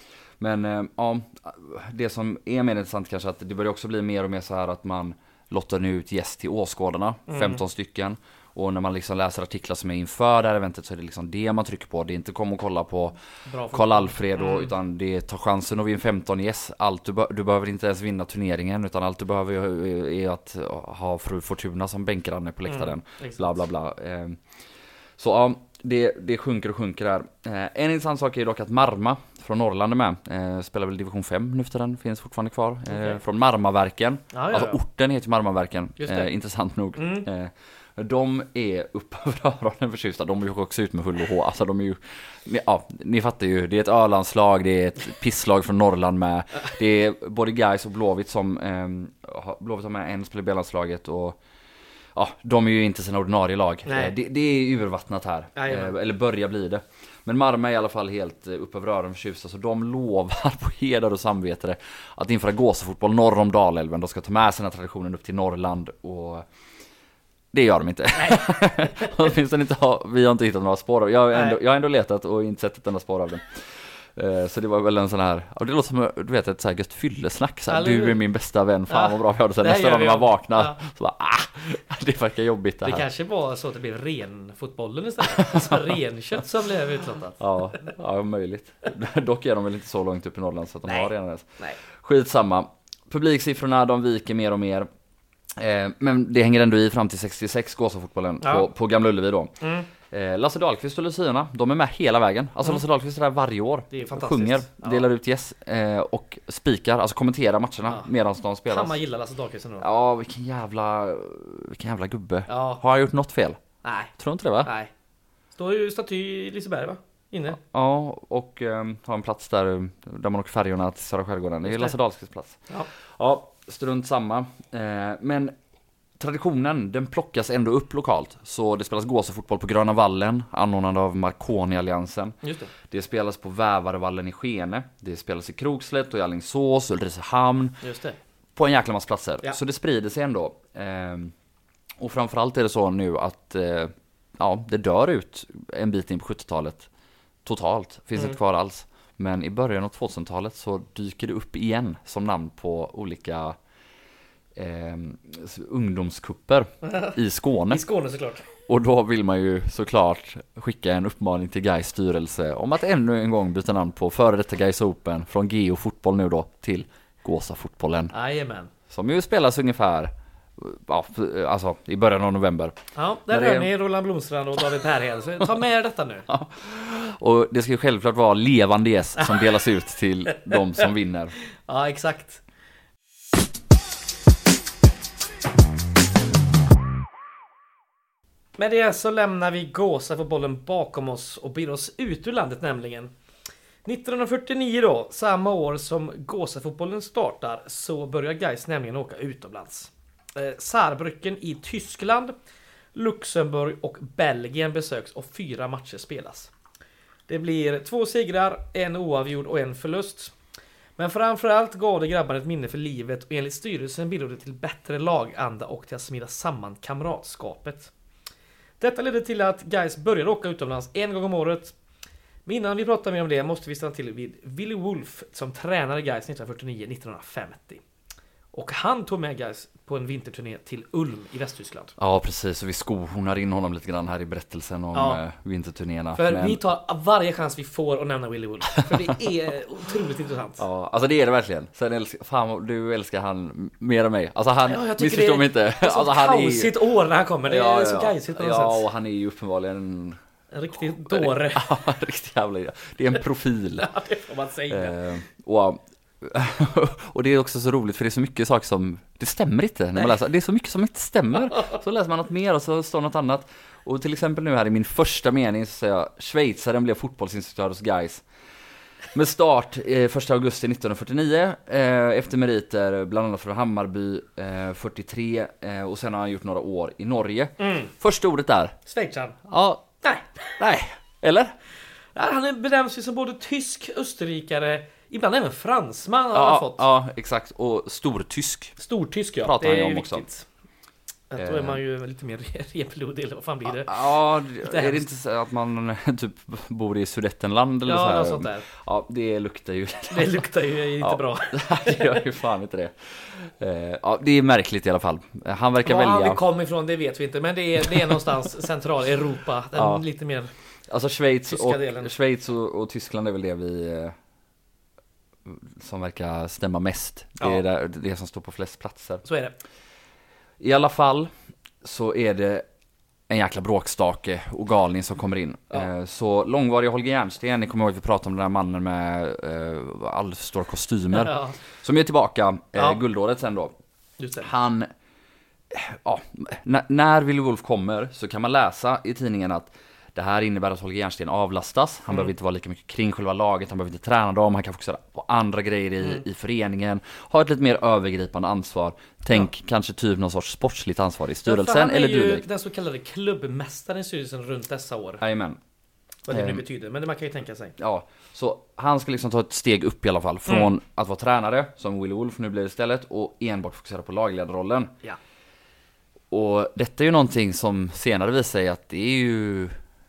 men äh, ja, det som är mer intressant kanske att det börjar också bli mer och mer så här att man lottar nu ut gäst till åskådarna, mm. femton stycken. Och när man liksom läser artiklar som är inför det här eventet så är det liksom det man trycker på. Det är inte kom och kolla på Karl Alfred mm. utan det är ta chansen och vinna femton yes. Allt du, be- du behöver inte ens vinna turneringen utan allt du behöver är, är att ha fru Fortuna som bänkranne på läktaren. Mm, bla bla bla. Eh, Så ja, det, det sjunker och sjunker där. Eh, en intressant sak är dock att Marma från Norrland är med. Eh, spelar väl division fem nu för den, finns fortfarande kvar. Eh, okay. Från Marmaverken. Ah, ja, alltså ja. Orten heter Marmaverken. Eh, intressant nog. Mm. Eh, de är uppe över öronen förtjusta. De är ju också ut med hull och hå. Alltså de är ju, ni, ja, ni fattar ju. Det är ett Ölandslag, det är ett pisslag från Norrland med. Det är både Gais och Blåvitt som eh, Blåvitt har med en spelar i B-landslaget och ja, de är ju inte sina ordinarie lag. Eh, det, det är urvattnat här. Eh, eller börjar bli det. Men Marma är i alla fall helt uppe över öronen förtjusta. Så de lovar på heder och samvete att införa gåsefotboll norr om Dalälven. De ska ta med sina traditionen upp till Norrland och det gör de inte. Finns det inte ha, vi har inte hittat några spår av. Jag har ändå, jag har ändå letat och inte sett ett enda spår av den. Uh, så det var väl en sån här, och det låter som du vet ett så här gött fyllesnack så här, du är min bästa vän, fan ja, vad bra vi har det. Sen nästa gång man vaknar ja. Så bara, ah, det verkar jobbigt det här. Det kanske var så att det blev ren fotbollen istället. Så renkött som blev utlottat. Ja, ja, möjligt. Dock är de väl inte så långt upp i Norrland så att de Nej. har redan det. Nej. Skitsamma. Publiksiffrorna de viker mer och mer. Eh, men det hänger ändå i fram till sextiosex gåsafotbollen ja. på, på Gamla Ullevi då. Mm. Eh, Lasse Dahlqvist och Luciana, de är med hela vägen. Alltså mm. Lasse Dahlqvist är där varje år. Det är fantastiskt. Sjunger, ja. delar ut yes eh, och spikar, alltså kommenterar matcherna ja. medan de spelas. Kan man gilla Lasse Dahlqvist ändå? Ja, vilken jävla vilken jävla gubbe. Ja. Har han gjort något fel? Nej. Tror inte det va? Nej. Står ju staty i Liseberg va? Inne. Ja, och eh, har en plats där där man åker färjorna till Södra Skärgården. Det är Lasse Dahlqvists plats. Ja. Ja, strunt samma. Eh, men traditionen, den plockas ändå upp lokalt. Så det spelas gåsefotboll på Gröna Vallen, anordnad av Marconi-alliansen. Just det. Det spelas på Vävarevallen i Skene. Det spelas i Krokslätt och i Alingsås, Ulricehamn. Just det. På en jäkla massa platser. Ja. Så det sprider sig ändå. Ehm, och framförallt är det så nu att eh, ja, det dör ut en bit in på sjuttiotalet. Totalt. Finns mm. inte kvar alls. Men i början av tvåtusentalet så dyker det upp igen som namn på olika Eh, ungdomskupper i Skåne. I Skåne såklart. Och då vill man ju såklart skicka en uppmaning till Gais styrelse om att ännu en gång byta namn på före detta Gais Open från Geo fotboll nu då till Gåsafotbollen. Jajamän. Som ju spelas ungefär ja, alltså i början av november. Ja, där hör ni Roland Blomstrand och David Perhed. Så ta med detta nu. Ja. Och det ska ju självklart vara levande gäst som delas ut till de som vinner. Ja, exakt. Med det så lämnar vi gåsafotbollen bakom oss och blir oss ut ur landet nämligen. nittonhundrafyrtionio då, samma år som gåsafotbollen startar, så börjar Gais nämligen åka utomlands. Eh, Saarbrücken i Tyskland, Luxemburg och Belgien besöks och fyra matcher spelas. Det blir två segrar, en oavgjord och en förlust. Men framförallt gav det grabbarna ett minne för livet och enligt styrelsen bidrog det till bättre laganda och till att smida samman kamratskapet. Detta ledde till att Gais började åka utomlands en gång om året. Men innan vi pratar mer om det måste vi stanna till vid Willy Wolf som tränade Gais nittonhundrafyrtionio nittonhundrafemtio. Och han tog med Gais på en vinterturné till Ulm i Västtyskland. Ja, precis. Och vi skohornar in honom lite grann här i berättelsen om ja. vinterturnéerna. För Men... vi tar varje chans vi får att nämna Willy Wolf. För det är otroligt intressant. Ja, alltså det är det verkligen. Sen älskar, fan, du älskar han mer än mig. Alltså han, ja, jag missförstår mig inte. Det är så alltså, han kaosigt är... år när han kommer. Det är ja, så ja. Gaisigt på något ja, sätt. Ja, och han är ju uppenbarligen en... En riktig dåre. Ja, en riktig jävla... Det är en profil. Ja, det får man säga. Eh, wow. Och det är också så roligt för det är så mycket saker som det stämmer inte när man läser. Det är så mycket som inte stämmer. Så läser man något mer och så står något annat. Och till exempel nu här i min första mening så säger jag schweizaren blev fotbollsinstruktör hos Gais. Med start eh, första augusti nittonhundrafyrtionio eh, efter meriter bland annat från Hammarby eh, fyrtiotre eh, och sen har han gjort några år i Norge. Mm. Första ordet där. Schweizaren. Ja. Nej. Nej. Eller? Ja, han benämns ju som både tysk, österrikare, ibland även fransman har ja, han fått. Ja, exakt. Och stortysk. Stortysk, ja. Pratar det är han ju om viktigt. Också. Då är man ju lite mer renblodig, eller vad fan blir det? Ja, det är det inte så att man typ bor i Sudetenland eller ja, så här? Ja, sånt där. Ja, det luktar ju. Det luktar ju inte ja, bra. Det gör ju fan inte det. Ja, det är märkligt i alla fall. Han verkar Var välja... Var han kom ifrån, det vet vi inte. Men det är, det är någonstans Centraleuropa. Den ja. Lite mer alltså Schweiz och, Schweiz och, och Tyskland är väl det vi... som verkar stämma mest. Det ja. är det, det som står på flest platser. Så är det. I alla fall så är det en jäkla bråkstake och galning som kommer in. Ja. Eh, så långvariga Holger Järnsten, ni kommer ihåg att vi pratade om den här mannen med eh, alldeles för stora kostymer. Ja. Som är tillbaka eh, ja. guldåret sen då. Just det. Han, ja, n- när Willy Wolf kommer så kan man läsa i tidningen att det här innebär att Holger Järnsten avlastas. Han mm. behöver inte vara lika mycket kring själva laget. Han behöver inte träna dem. Han kan fokusera på andra grejer i, mm. i föreningen. Ha ett lite mer övergripande ansvar. Tänk ja. kanske typ någon sorts sportsligt ansvar i styrelsen. Ja, han är eller ju dylik. Den så kallade klubbmästaren i styrelsen runt dessa år. Jajamän. Vad det nu betyder. Men det man kan ju tänka sig. Ja, så han ska liksom ta ett steg upp i alla fall. Från mm. att vara tränare, som Willy Wolf nu blir istället. Och enbart fokusera på lagledarrollen. Ja. Och detta är ju någonting som senare visar sig att det är ju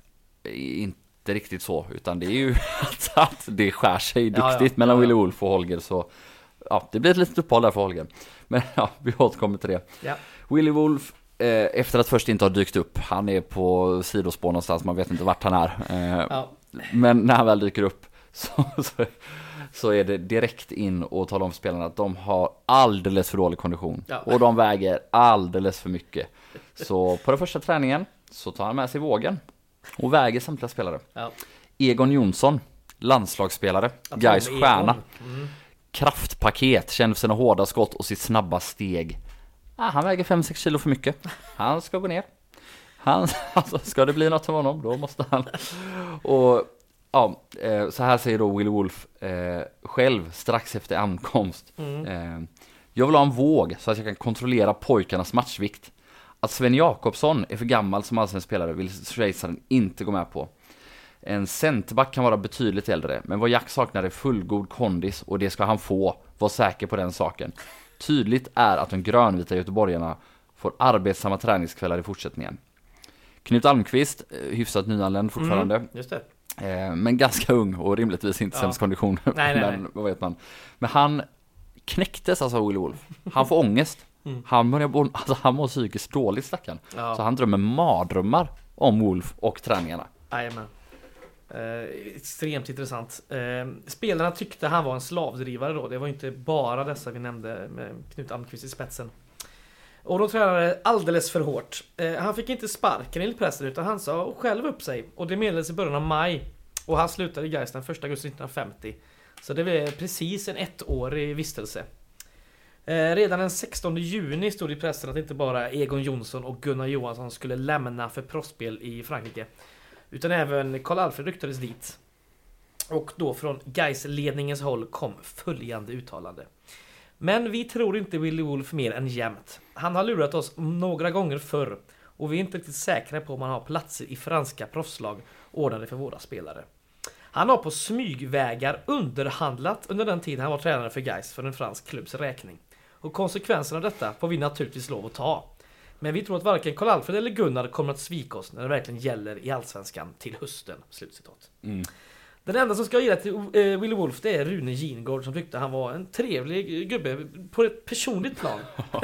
inte riktigt så, utan det är ju att det skär sig duktigt ja, ja. mellan ja, ja. Willy Wolf och Holger, så ja, det blir ett litet uppehåll där för Holger. Men ja, vi återkommer till det. Ja. Willy Wolf, eh, efter att först inte ha dykt upp, han är på sidospår någonstans, man vet inte vart han är. Eh, ja. Men när han väl dyker upp så, så, så är det direkt in och tala om för spelarna att de har alldeles för dålig kondition. Ja. Och de väger alldeles för mycket. Så på den första träningen så tar han med sig vågen och väger samtliga spelare. Ja. Egon Jonsson, landslagsspelare, Gais stjärna. Mm. Kraftpaket, känd för sina hårda skott och sitt snabba steg. Ah, han väger fem sex kilo för mycket. Han ska gå ner. Han, alltså, ska det bli något av honom, då måste han. Och ja, så här säger då Willy Wolf eh, själv strax efter ankomst. Mm. Eh, jag vill ha en våg så att jag kan kontrollera pojkarnas matchvikt. Att Sven Jakobsson är för gammal som allsvensk spelare vill schweizaren inte gå med på. En centerback kan vara betydligt äldre, men vad Jack saknar är fullgod kondis och det ska han få. Var säker på den saken. Tydligt är att de grönvita göteborgarna får arbetsamma träningskvällar i fortsättningen. Knut Almqvist, hyfsat nyanländ fortfarande. Mm, just det. Men ganska ung och rimligtvis inte ja. sämst kondition. Nej, nej, men vad vet man. Men han knäcktes alltså av Willy Wolf. Han får ångest. Mm. Han börjar bo, alltså han mår psykiskt dåligt stackaren. Ja. Så han drömmer mardrömmar om Wolf och träningarna. Jajamän. Eh, extremt intressant. Eh, spelarna tyckte han var en slavdrivare då. Det var inte bara dessa vi nämnde med Knut Almqvist i spetsen. Och de tränade alldeles för hårt. Eh, han fick inte sparken enligt pressen utan han sa själv upp sig. Och det meddelades i början av maj. Och han slutade i Gais den första augusti nittonhundrafemtio. Så det var precis en ettårig vistelse. Eh, redan den sextonde juni stod i pressen att inte bara Egon Jonsson och Gunnar Johansson skulle lämna för proffsspel i Frankrike. Utan även Karl-Alfred ryktades dit. Och då från Gais-ledningens håll kom följande uttalande. Men vi tror inte Willy Wolf mer än jämt. Han har lurat oss några gånger förr. Och vi är inte riktigt säkra på om han har platser i franska proffslag ordnade för våra spelare. Han har på smygvägar underhandlat under den tid han var tränare för Gais för en fransk klubbs räkning. Och konsekvenserna av detta får vi naturligtvis lov att ta. Men vi tror att varken Karl-Alfred eller Gunnar kommer att svika oss när det verkligen gäller i Allsvenskan till hösten. Slutcitat. Mm. Den enda som ska ge det till uh, Willy Wolf det är Rune Gingård som tyckte han var en trevlig gubbe på ett personligt plan.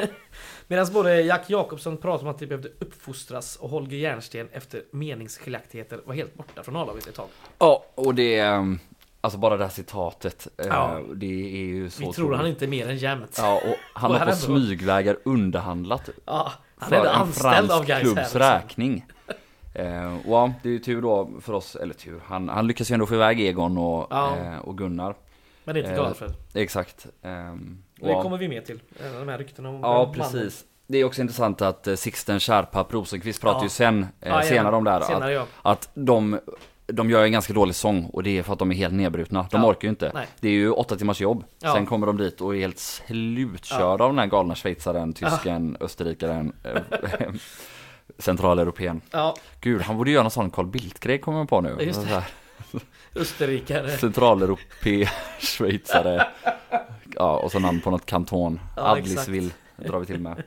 Medan både Jack Jakobsson pratade om att det behövde uppfostras och Holger Järnsten efter meningsskiljaktigheter var helt borta från A-laget ett tag. Ja, och det är... Alltså bara det här citatet, ja. det är ju så... Vi tror han inte mer än jämt. Ja, och han och har på smygvägar underhandlat. Ja, han är anställd av Gais klubbs här, räkning. eh, och ja, det är ju tur då för oss, eller tur, han, han lyckas ju ändå få iväg Egon och, ja. eh, och Gunnar. Men det är inte eh, Karl-Alfred. Exakt. Eh, och det kommer vi med till, de här ryktena om ja, precis. Mannen. Det är också intressant att eh, Sixten Kärpa Rosenqvist pratar ja. ju sen, eh, ja, senare om det här. Senare, att, ja. att de... De gör en ganska dålig sång och det är för att de är helt nedbrutna. De ja. orkar ju inte. Nej. Det är ju åtta timmars jobb. Ja. Sen kommer de dit och är helt slutkörda ja. av den här galna schweizaren, tysken, ja. österrikaren, äh, centraleuropén. Ja. Gud, han borde göra någon sån Carl Bildt-grej kommer man på nu. Just det. Österrikare. Centraleuropé, schweizare. Ja, och så namn på något kanton. Ja, Adlisvill drar vi till med.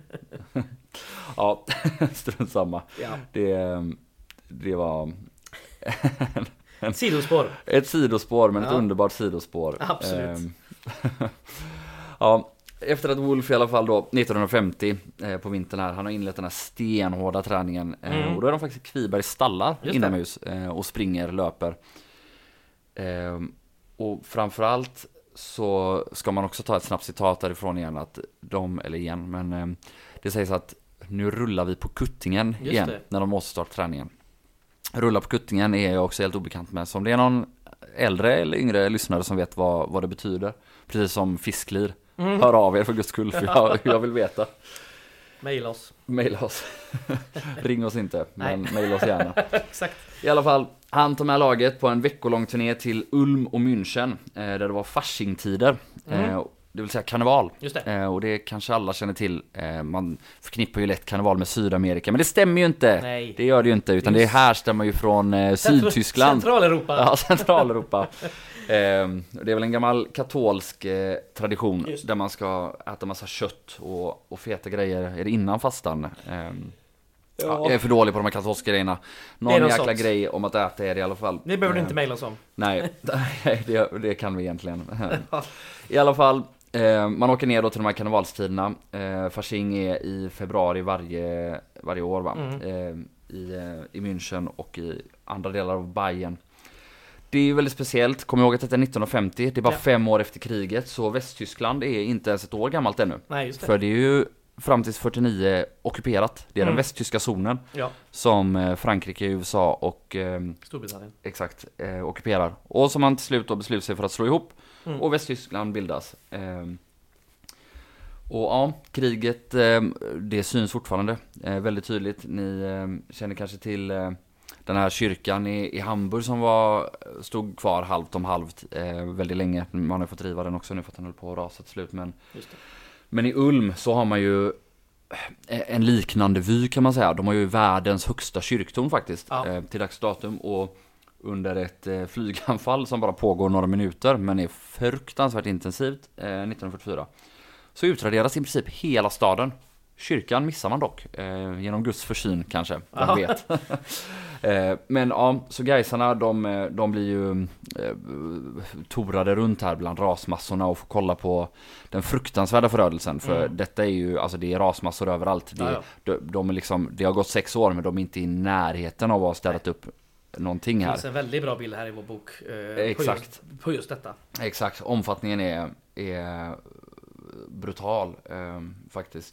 Ja, strunt samma. Ja. Det, det var... en sidospår. Ett sidospår, men ja. ett underbart sidospår. Absolut. Ja, efter att Wolf i alla fall då nittonhundrafemtio eh, på vintern här, han har inlett den här stenhårda träningen. Eh, mm. Och då är de faktiskt i Kvibergs stallar inomhus eh, och springer, löper. Eh, och framförallt så ska man också ta ett snabbt citat därifrån igen att de, eller igen, men eh, det sägs att nu rullar vi på kuttingen Just igen det. när de måste starta träningen. Rulla på kuttingen är jag också helt obekant med. Så om det är någon äldre eller yngre lyssnare som vet vad, vad det betyder, precis som fisklir, mm. hör av er för guds skull, för jag, jag vill veta. Maila oss. Maila oss. Ring oss inte, men maila oss gärna. Exakt. I alla fall, han tog med laget på en veckolång turné till Ulm och München, där det var faschingtider. Mm. Det vill säga karneval. Just det. Eh, och det kanske alla känner till. Eh, man förknippar ju lätt karneval med Sydamerika. Men det stämmer ju inte. Nej. Det gör det ju inte. Utan Just. det här stämmer ju från eh, Sydtyskland. Centraleuropa. Ja, Centraleuropa. eh, det är väl en gammal katolsk eh, tradition. Just. Där man ska äta massa kött och, och feta grejer. Är det innan fastan? Eh, ja. Ja, jag är för dålig på de här katolska grejerna. Någon jäkla sånt. grej om att äta är det i alla fall. Det behöver du eh, inte mejla oss om. Nej, det, det kan vi egentligen. I alla fall. Eh, man åker ner då till de här karnevalstiderna. eh, Fasching är i februari varje, varje år va? Mm. Eh, i, eh, i München och i andra delar av Bayern. Det är ju väldigt speciellt. Kom ihåg att det är nittonhundrafemtio. Det är bara ja. fem år efter kriget. Så Västtyskland är inte ens ett år gammalt ännu. Nej, just det. För det är ju fram till fyrtionio ockuperat. Det är mm. den västtyska zonen ja. som eh, Frankrike, U S A och eh, Storbritannien exakt, eh, ockuperar. Och som man till slut då beslutar sig för att slå ihop. Mm. Och Västtyskland bildas. Ehm, och ja, kriget, eh, det syns fortfarande eh, väldigt tydligt. Ni eh, känner kanske till eh, den här kyrkan i, i Hamburg som var, stod kvar halvt om halvt eh, väldigt länge. Man har fått riva den också nu för att den höll på att rasa till slut. Men, Just det. men i Ulm så har man ju en liknande vy kan man säga. De har ju världens högsta kyrktorn faktiskt ja. eh, till dags datum. Och under ett eh, flyganfall som bara pågår några minuter men är fruktansvärt intensivt eh, nittonhundrafyrtiofyra så utraderas i princip hela staden. Kyrkan missar man dock eh, genom Guds försyn kanske, vem vet. eh, men ja, så gaisarna de, de blir ju eh, torade runt här bland rasmassorna och får kolla på den fruktansvärda förödelsen för mm. detta är ju, alltså det är rasmassor överallt. Det, ja, ja. De, de är liksom, det har gått sex år men de är inte i närheten av att ha städat upp någonting här. Det finns en väldigt bra bild här i vår bok eh, Exakt. På, just, på just detta. Exakt, omfattningen är, är brutal eh, faktiskt.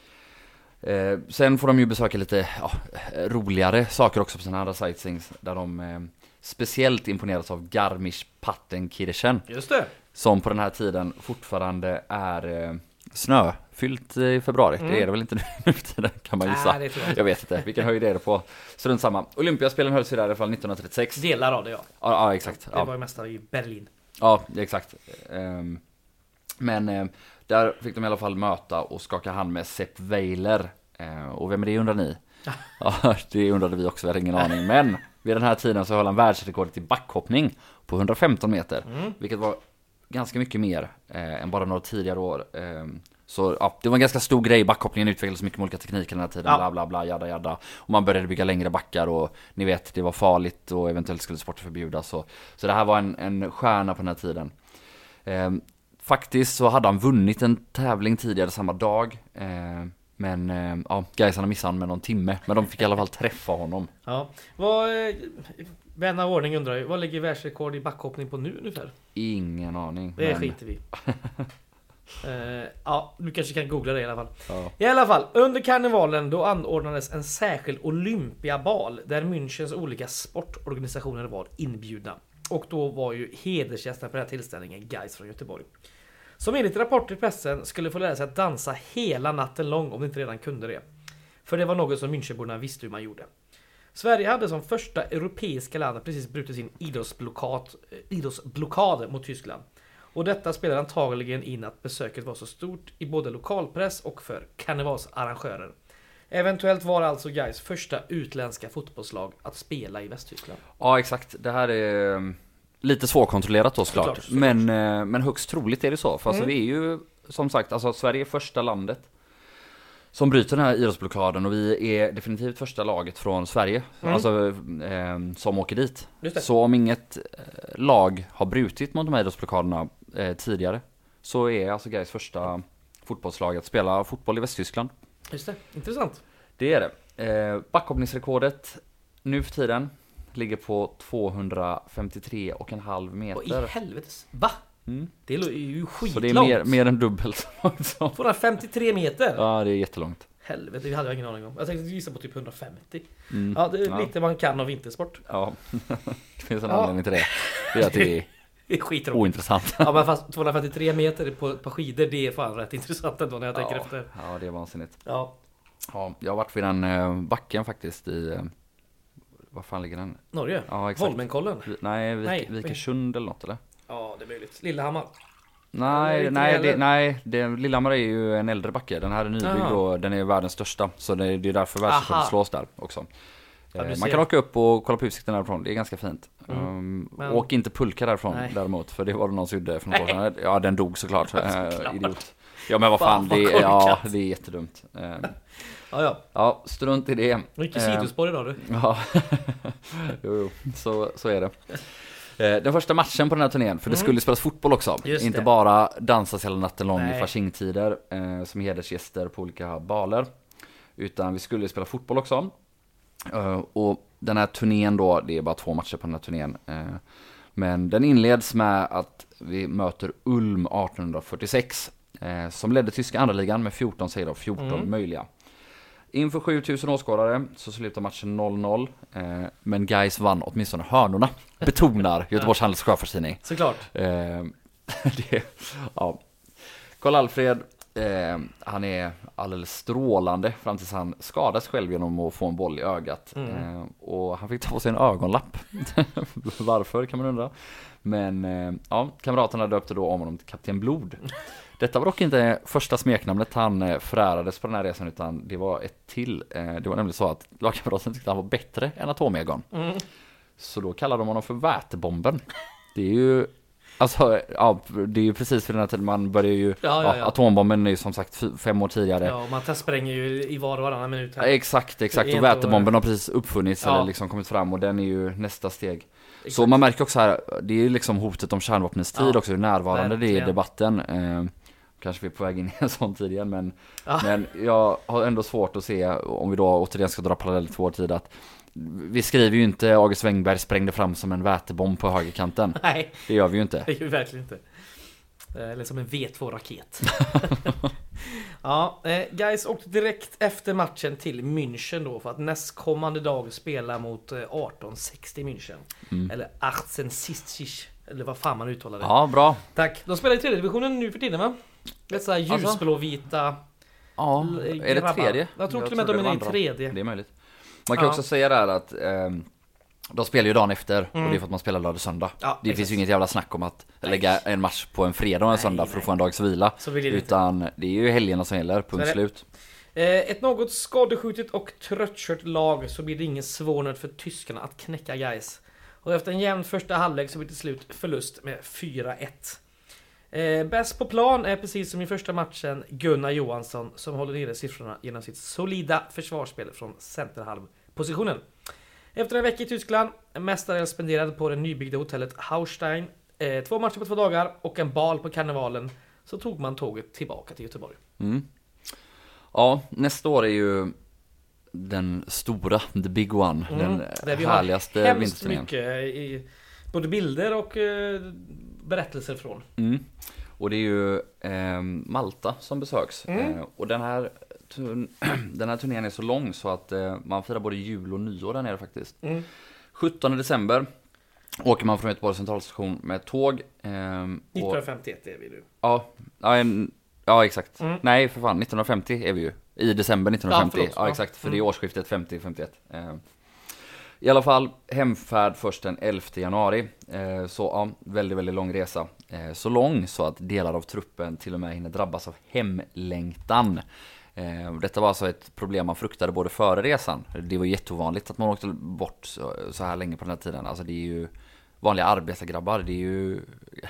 Eh, sen får de ju besöka lite ja, roligare saker också på sina andra sightseeings där de eh, speciellt imponeras av Garmisch-Partenkirchen. Just det. Som på den här tiden fortfarande är eh, snöfyllt i februari. Mm. Det är det väl inte nu för tiden kan man gissa. Nej, jag, jag vet inte, vilken höjd är det på. Strunt samma. Olympiaspelen hölls ju där i alla fall nittonhundratrettiosex. Delar av det ja. Ja, ja exakt. Det var ju mest i Berlin. Ja, exakt. Um, men uh, där fick de i alla fall möta och skaka hand med Sepp Weiler. Uh, och vem är det undrar ni? Ja, det undrade vi också, vi hade ingen aning. Men vid den här tiden så höll han världsrekordet i backhoppning på hundrafemton meter. Mm. Vilket var ganska mycket mer eh, än bara några tidigare år. Eh, så ja, det var en ganska stor grej. Backhoppningen utvecklades mycket med olika tekniker den här tiden. Ja. Bla bla bla, jada jada. Och man började bygga längre backar och ni vet, det var farligt och eventuellt skulle sporter förbjudas. Så, så det här var en, en stjärna på den här tiden. Eh, faktiskt så hade han vunnit en tävling tidigare samma dag. Eh, men eh, ja, gaisarna missade han med någon timme. Men de fick i alla fall träffa honom. Ja, vad... Vän av ordning undrar ju, vad ligger världsrekord i backhoppning på nu ungefär? Ingen aning. Det men... skiter vi. uh, ja, du kanske kan googla det i alla fall. Ja. I alla fall, under karnevalen då anordnades en särskild Olympiabal där Münchens olika sportorganisationer var inbjudna. Och då var ju hedersgästen på den här tillställningen Gais från Göteborg. Som enligt rapporter i pressen skulle få lära sig att dansa hela natten lång om de inte redan kunde det. För det var något som Münchenborna visste hur man gjorde. Sverige hade som första europeiska land precis brutit sin idrottsblockad, idrottsblockad mot Tyskland. Och detta spelar antagligen in att besöket var så stort i både lokalpress och för karnevalsarrangörer. Eventuellt var alltså Gais första utländska fotbollslag att spela i Västtyskland. Ja, exakt. Det här är lite svårkontrollerat då såklart. Såklart, såklart. Men, men högst troligt är det så. För mm. alltså, det är ju som sagt, alltså, Sverige är första landet som bryter den här idrottsblockaden och vi är definitivt första laget från Sverige mm. alltså, eh, som åker dit. Så om inget eh, lag har brutit mot de här idrottsblockaderna eh, tidigare så är alltså Gais första fotbollslag att spela fotboll i Västtyskland. Just det, intressant. Det är det. Eh, backhoppningsrekordet nu för tiden ligger på tvåhundrafemtiotre komma fem meter. Och i helvetes, va? Mm. Det är ju skitlångt. Så det är mer, mer än dubbelt. tvåhundrafemtiotre meter? Ja, det är jättelångt. Helvete, vi hade jag ingen aning om. Jag tänkte gissa på typ hundrafemtio. Mm. Ja, det är Ja. lite man kan av vintersport. Ja, det finns en Ja. anledning till det. Det är att det är Det är skitroligt. ointressant. Ja, men fast tvåhundrafemtiotre meter på, på skidor, det är fan rätt intressant ändå när jag tänker ja, efter. ja, det är vansinnigt. Ja, Ja, jag har varit vid den eh, backen faktiskt i... Eh, var fan ligger den? Norge. Ja, exakt. Holmenkollen. Vi- Nej, Vik, Nej. Vikersund eller något eller? Ja, det är möjligt. Lillehammar. Nej, inte nej, heller. det, nej det, Lillehammar är ju en äldre backe. Den här är nybyggd Aha. och den är världens största. Så det, det är därför världsrekordet Aha. slås där också. Ja, Eh, du Man ser. kan åka upp och kolla på utsikten därifrån. Det är ganska fint. Mm. Um, Men- Åk inte pulka därifrån Nej. däremot. För det var det någon som gjorde för något år sedan. Ja, den dog såklart. Ja, Eh, såklart. Idiot. Ja, men vad fan. Fan, vad det, är- ja, korkat. det är jättedumt. Eh, Ja, ja. Ja, strunt i det. Mycket Eh, sidospår idag du. Ja, jo, jo. Så, så är det. Eh, Den första matchen på den här turnén, för det Mm. skulle spelas fotboll också. Just Inte det. bara dansas hela natten lång Nej. i Faschingtider eh, som hedersgäster på olika baler. Utan vi skulle spela fotboll också. Eh, och den här turnén då, det är bara två matcher på den här turnén. Eh, men den inleds med att vi möter Ulm arton fyrtiosex. Eh, som ledde tyska andra ligan med fjorton segrar och fjorton Mm. möjliga. Inför sjutusen åskådare så slutar matchen noll noll. Eh, men Gais vann åtminstone hörnorna. Betonar Göteborgs Handels Sjöfartstidning. Såklart. Eh, det, ja. Karl-Alfred, eh, han är alldeles strålande fram tills han skadas själv genom att få en boll i ögat. Mm. Eh, och han fick ta på sig en ögonlapp. Varför kan man undra. Men eh, ja, kamraterna döpte då om honom till Kapten Blod. Detta var dock inte första smeknamnet han eh, förärades på den här resan, utan det var ett till. Eh, det var nämligen så att lagkamraten tyckte han var bättre än Atomegon. Mm. Så då kallade de honom för Vätebomben. Det är ju, alltså, ja, det är ju precis för den här tiden man börjar ju, Ja, ja, ja. atombomben är ju som sagt f- fem år tidigare. Ja, man testspränger ju i var och varannan minut här. Exakt, exakt. Det är Och inte- vätebomben har precis uppfunnits Ja. eller liksom kommit fram och den är ju nästa steg. Så Exakt. man märker också här, det är ju liksom hotet om kärnvapnens tid Ja, också, hur närvarande det är i verkligen. debatten. Eh, kanske vi är på väg in i en sån tid igen, men, Ja. men jag har ändå svårt att se, om vi då återigen ska dra parallell till vår tid, att vi skriver ju inte August Wengberg sprängde fram som en vätebomb på högerkanten. Nej, Det gör vi ju inte. det är ju verkligen inte. Eller som en V två-raket. Ja, eh, guys åkte direkt efter matchen till München då för att nästkommande dag spela mot eh, arton sextio München. Mm. Eller arton sextio, eller vad fan man uttalar det. Ja, bra. Tack. De spelar i tredje divisionen nu för tiden va? Vet så här Alltså? ljusblåvita Ja, l- är det grabbar. tredje? Jag tror till och med att de det är i var andra. tredje. Det är möjligt. Man kan Ja. också säga där att ehm, de spelar ju dagen efter Mm. och det är för att man spelar lördag söndag. Ja, Det exakt. finns ju inget jävla snack om att lägga en match på en fredag och en Nej, söndag för nej. att få en dags vila. Så vill det inte. Utan det är ju helgerna som gäller, Så är punkt det. slut. Eh, ett något skadeskjutet och tröttkört lag så blir det ingen svår nöt för tyskarna att knäcka guys. Och efter en jämn första halvlek så blir det till slut förlust med fyra ett. Eh, bäst på plan är precis som i första matchen Gunnar Johansson som håller nere siffrorna genom sitt solida försvarsspel från centerhalvpositionen. Efter en vecka i Tyskland, mästaren spenderad på det nybyggda hotellet Haustein, eh, två matcher på två dagar och en bal på karnevalen, så tog man tåget tillbaka till Göteborg. Mm. Ja, nästa år är ju den stora, the big one, Mm, den där vi har härligaste hemskt vinterturnén. mycket i både bilder och eh, berättelser från. Mm. Och det är ju eh, Malta som besöks. Mm. Eh, och den här, turn- den här turnén är så lång så att eh, man firar både jul och nyår där nere faktiskt. Mm. sjuttonde december åker man från Göteborgs centralstation med tåg. Eh, och, nittonhundrafemtioett är vi nu. ja, ja, en, ja, exakt. Mm. Nej, för fan, nittonhundrafemtio är vi ju. I december nittonhundrafemtio. Ja, Ja, förlåt. Ja. exakt. För det är Mm. årsskiftet femtio femtioett. Eh, I alla fall, hemfärd först den elfte januari. Eh, så ja, väldigt, väldigt lång resa. Eh, så lång så att delar av truppen till och med hinner drabbas av hemlängtan. Eh, detta var alltså ett problem man fruktade både före resan. Det var jätteovanligt att man åkte bort så, så här länge på den här tiden. Alltså det är ju vanliga arbetargrabbar. Det är ju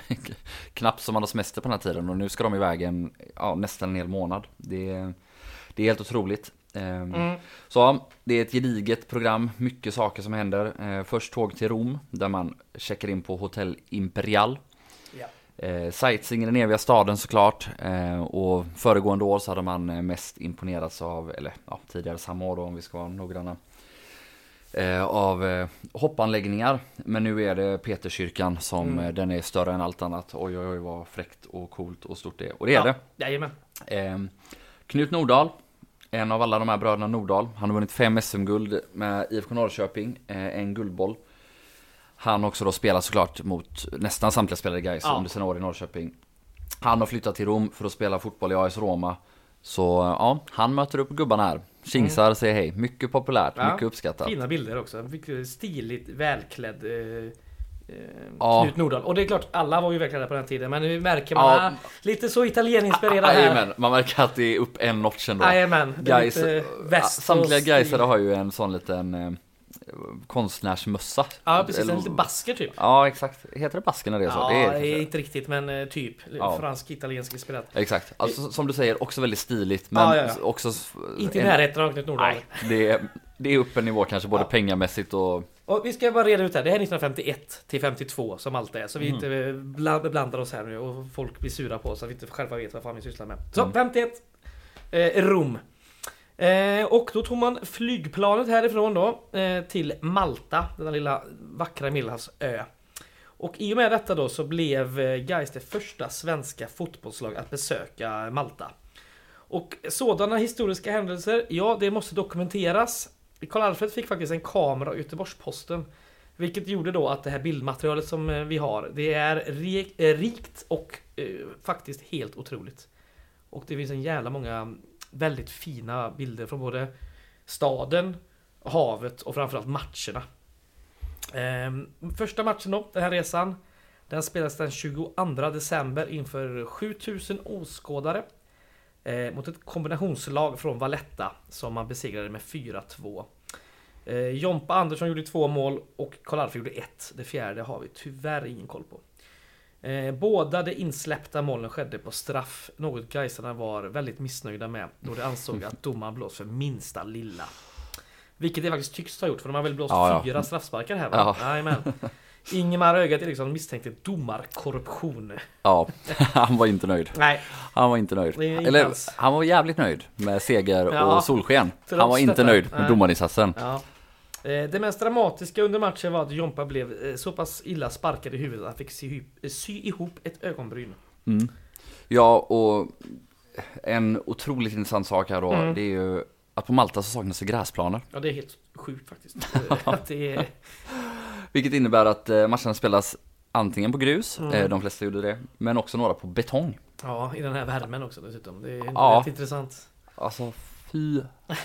knappt som man har semester på den här tiden. Och nu ska de iväg en, ja, nästan en hel månad. Det, det är helt otroligt. Eh, Mm. så ja, det är ett gediget program, mycket saker som händer. Eh, först tåg till Rom, där man checkar in på Hotel Imperial. Ja. Eh, sightseeing i den eviga staden såklart. Eh, och föregående år så hade man eh, mest imponerats av, eller ja, tidigare samma år då, om vi ska vara noggranna, eh, av eh, hoppanläggningar. Men nu är det Peterskyrkan som Mm. eh, den är större än allt annat. Oj oj oj vad fräckt och coolt och stort det är. Och det är Ja. det. Jajamän. Eh, Knut Nordahl, En av alla de här bröderna Nordahl. Han har vunnit fem S M-guld med I F K Norrköping, en guldboll. Han har också då spelat såklart mot nästan samtliga spelare i Gais ja. under sina år i Norrköping. Han har flyttat till Rom för att spela fotboll i A S Roma. Så ja, han möter upp gubbarna här. Kingsar mm. säger hej. Mycket populärt, ja. mycket uppskattat. Fina bilder också. Mycket stiligt, välklädd eh, ja. Knut Nordahl. Och det är klart, alla var ju verkligen där på den tiden. Men nu märker man ja. lite så italieninspirerad här. Jajamän, man märker att det är upp en notch ändå. Jajamän, Gais, samtliga Gaisare har ju en sån liten eh, konstnärsmössa. Ja, precis, en lite basker typ. Ja, exakt. Heter det basker när det är så? Ja, det är, det är inte riktigt, men typ ja. fransk-italiensk inspirerat. Exakt. Alltså, som du säger, också väldigt stiligt, men ja, ja, ja. också inte i närheten av Knut Nordahl. Nej, det är, det är upp en nivå kanske både ja. pengamässigt och... Och vi ska bara reda ut här. Det här är nittonhundrafemtioett till femtiotvå som allt är. Så vi mm. inte blandar oss här nu och folk blir sura på oss så att vi inte själva vet vad fan vi sysslar med. Så, mm. femtioett. Eh, Rom. Eh, och då tog man flygplanet härifrån då eh, till Malta, den lilla vackra Medelhavsö. Och i och med detta då så blev eh, Gais det första svenska fotbollslag att besöka Malta. Och sådana historiska händelser, ja, det måste dokumenteras. Karl Alfred fick faktiskt en kamera av Göteborgs-Posten, vilket gjorde då att det här bildmaterialet som eh, vi har, det är rik, eh, rikt och eh, faktiskt helt otroligt. Och det finns en jävla många väldigt fina bilder från både staden, havet och framförallt matcherna. Ehm, första matchen då, den här resan, den spelades den tjugoandra december inför sjutusen åskådare eh, mot ett kombinationslag från Valletta som man besegrade med fyra två. Eh, Jompa Andersson gjorde två mål och Karl Alfred gjorde ett. Det fjärde har vi tyvärr ingen koll på. Eh, båda de insläppta målen skedde på straff. Något Gaisarna var väldigt missnöjda med, då de ansåg att domaren blåst för minsta lilla. Vilket det faktiskt tycks ha gjort, för de har väl blåst ja, fyra ja. straffsparkar här va? Ja. Jajamän. Ingemar Ögat Eriksson misstänkte domarkorruption. Ja, han var inte nöjd. Nej. Han var inte nöjd. Eller han var jävligt nöjd med seger ja. och solsken. Han var inte detta. nöjd med domarinsatsen. Ja. Det mest dramatiska under matchen var att Jompa blev så pass illa sparkad i huvudet att han fick sy ihop, sy ihop ett ögonbryn. Mm. Ja, och en otroligt intressant sak här då, mm. det är ju att på Malta så saknas det gräsplaner. Ja, det är helt sjukt faktiskt. att det är... Vilket innebär att matcherna spelas antingen på grus, mm. de flesta gjorde det, men också några på betong. Ja, i den här värmen också dessutom. Det är ja. väldigt intressant. Alltså, fy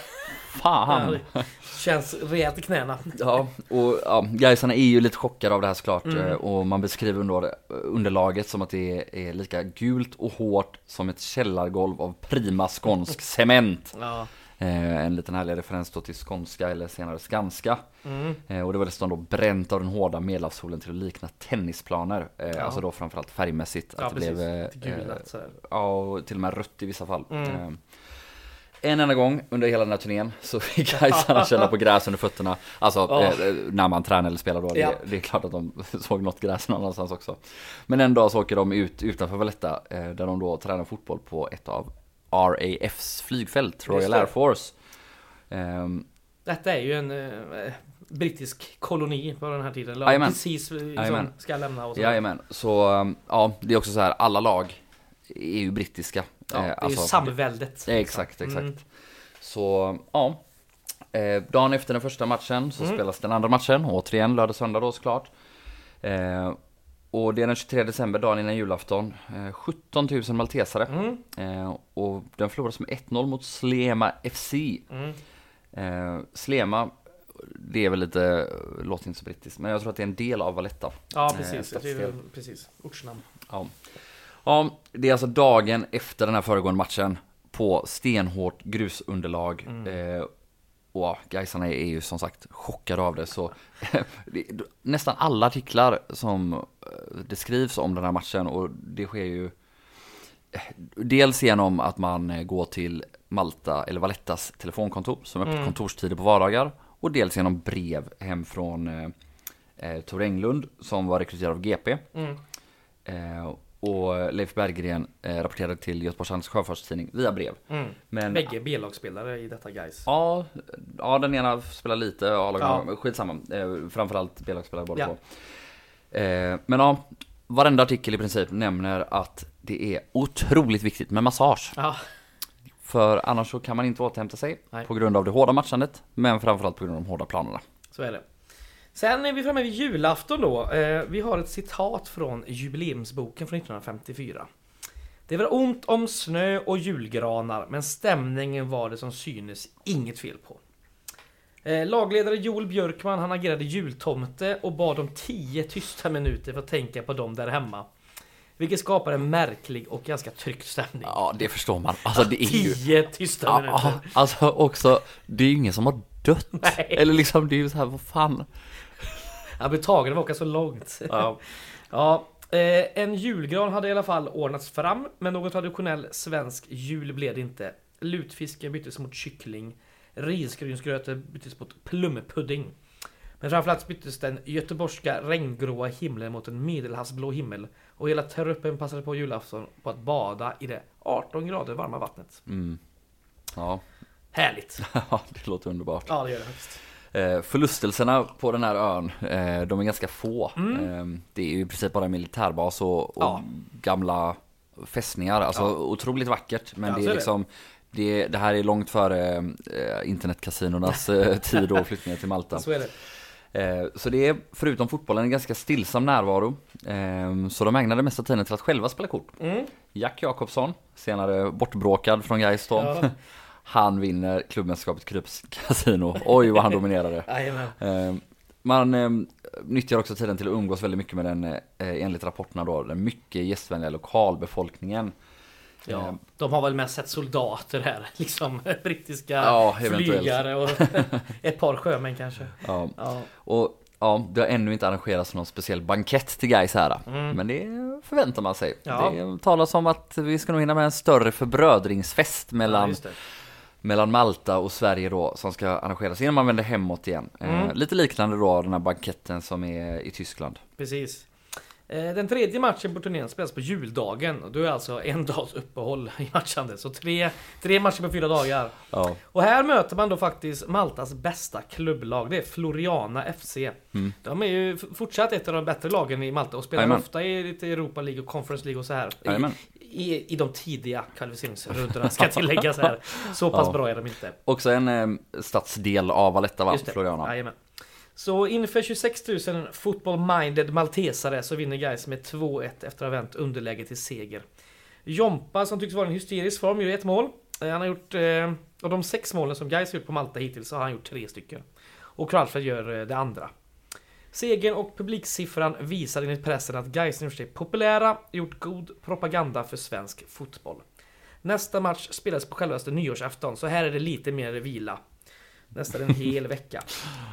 fan. Ja, känns rejält i knäna. Ja, och ja, Gaisarna är ju lite chockade av det här såklart. Mm. Och man beskriver under, underlaget som att det är, är lika gult och hårt som ett källargolv av prima skånsk cement. Ja. Eh, en liten härlig referens då till skånska eller senare skanska. Mm. Eh, och det var dessutom då bränt av den hårda medelhavssolen till att likna tennisplaner. Eh, ja. Alltså då framförallt färgmässigt. Ja, att det precis. blev eh, Gulat, så här. Ja, och till och med rött i vissa fall. Mm. Eh, En enda gång under hela den här turnén så fick Gaisarna känna på gräs under fötterna. Alltså oh. eh, när man tränar eller spelar då. Det, ja. det är klart att de såg något gräs någon annanstans också. Men en dag så åker de ut utanför Valletta eh, där de då tränar fotboll på ett av R A F:s flygfält, Royal Air Force. Um, Detta är ju en eh, brittisk koloni på den här tiden. Lag, precis som ska lämna. Och så. Jajamän. Så um, ja, det är också så här, alla lag är ju brittiska. Ja, det är alltså, ju samväldet. Det, exakt, exakt. Mm. Så ja, eh, dagen efter den första matchen så mm. spelas den andra matchen. Återigen lördag söndag då såklart. Eh, och det är den tjugotredje december, dagen innan julafton. Eh, sjutton tusen maltesare. Mm. Eh, och den förlorades med ett noll mot Slema F C. Mm. Eh, Slema, det är väl lite, låter inte så brittiskt, men jag tror att det är en del av Valletta. Ja, precis. Eh, det är precis. Ortsnamn. Ja. Ja, det är alltså dagen efter den här föregående matchen på stenhårt grusunderlag. Mm. Eh, och Gaisarna är ju som sagt chockade av det. Så nästan alla artiklar som det skrivs om den här matchen, och det sker ju dels genom att man går till Malta eller Vallettas telefonkontor som är på mm. kontorstider på vardagar, och dels genom brev hem från eh, Tor Englund som var rekryterad av G P. Mm. Eh, Och Leif Berggren eh, rapporterade till Göteborgs Handels sjöfartstidning via brev. Mm. Men bägge B-lagsspelare i detta Gais. Ja, ja, den ena spelar lite, A-lag, ja. skitsamma. Eh, framförallt B-lagsspelare båda ja. två. Eh, men ja, varenda artikel i princip nämner att det är otroligt viktigt med massage. Ja. För annars så kan man inte återhämta sig. Nej. På grund av det hårda matchandet. Men framförallt på grund av de hårda planerna. Så är det. Sen är vi framme vid julafton då. Eh, vi har ett citat från jubileumsboken från nittonhundrafemtiofyra. Det var ont om snö och julgranar, men stämningen var det som synes inget fel på. Eh, lagledare Joel Björkman, han agerade jultomte och bad om tio tysta minuter för att tänka på dem där hemma. Vilket skapar en märklig och ganska tryckt stämning. Ja, det förstår man. Alltså, det är ju... Tio tysta ja, minuter. Alltså också, det är ju ingen som har dött. Nej. Eller liksom, det är ju så här, vad fan. Han blev tagen av att åka så långt. Ja. Ja, eh, en julgran hade i alla fall ordnats fram, men någon traditionell svensk jul blev det inte. Lutfiske byttes mot kyckling, risgrynsgröt byttes mot plumpudding. Men framförallt byttes den göteborgska regngråa himlen mot en medelhavsblå himmel, och hela truppen passade på julafton på att bada i det arton grader varma vattnet. Mm. Ja. Härligt. Ja, det låter underbart. Ja, det gör det faktiskt. Eh, förlustelserna på den här ön, eh, de är ganska få. Mm. Eh, det är ju i princip bara en militärbas och, och Ja. gamla fästningar. Alltså Ja. otroligt vackert. Men Ja, det så är är det. liksom det, det här är långt före eh, internetkasinonas eh, tid och flyttningar till Malta. Så är det. Eh, så det är förutom fotbollen en ganska stillsam närvaro. Eh, så de ägnade mesta tiden till att själva spela kort. Mm. Jack Jakobsson, senare bortbråkad från Gais då. Ja. Han vinner klubbmästerskapet Kryps Casino. Oj vad han dominerade. Jajamän. Eh, man eh, nyttjar också tiden till att umgås väldigt mycket med den, eh, enligt rapporterna då, den mycket gästvänliga lokalbefolkningen. Ja, Eh, de har väl mest sett soldater här, liksom brittiska Ja, eventuellt. flygare och ett par sjömän kanske. ja. Ja, Och ja, det har ännu inte arrangerats någon speciell bankett till Gais här. Mm. Men det förväntar man sig. Ja. Det talas om att vi ska nog hinna med en större förbrödringsfest ja, mellan just det. mellan Malta och Sverige då, som ska arrangeras innan man vänder hemåt igen. Mm. Eh, lite liknande då den här banketten som är i Tyskland. Precis. Eh, Den tredje matchen på turnén spelas på juldagen, och då är alltså en dags uppehåll i matchandet. Så tre, tre matcher på fyra dagar. Ja. Och här möter man då faktiskt Maltas bästa klubblag. Det är Floriana F C. Mm. De är ju f- fortsatt ett av de bättre lagen i Malta och spelar Jajamän. ofta i lite Europa League och Conference League och så här. Jajamän. I, i, I de tidiga kvalificeringsrundorna ska tilläggas här. Så pass Ja. bra är de inte. Också en eh, stadsdel av Valletta, va? Just det. Floriana. Jajamän. Så inför tjugosex tusen football-minded maltesare så vinner Gais med två ett efter att ha vänt underläge till seger. Jompa, som tycks vara en hysterisk form, gör ett mål. Eh, Han har gjort, eh, av de sex målen som Gais har gjort på Malta hittills så har han gjort tre stycken. Och Kralfred gör eh, det andra. Segern och publiksiffran visar enligt pressen att Gais är populära, gjort god propaganda för svensk fotboll. Nästa match spelas på självaste nyårsafton, så här är det lite mer vila. Nästan en hel vecka.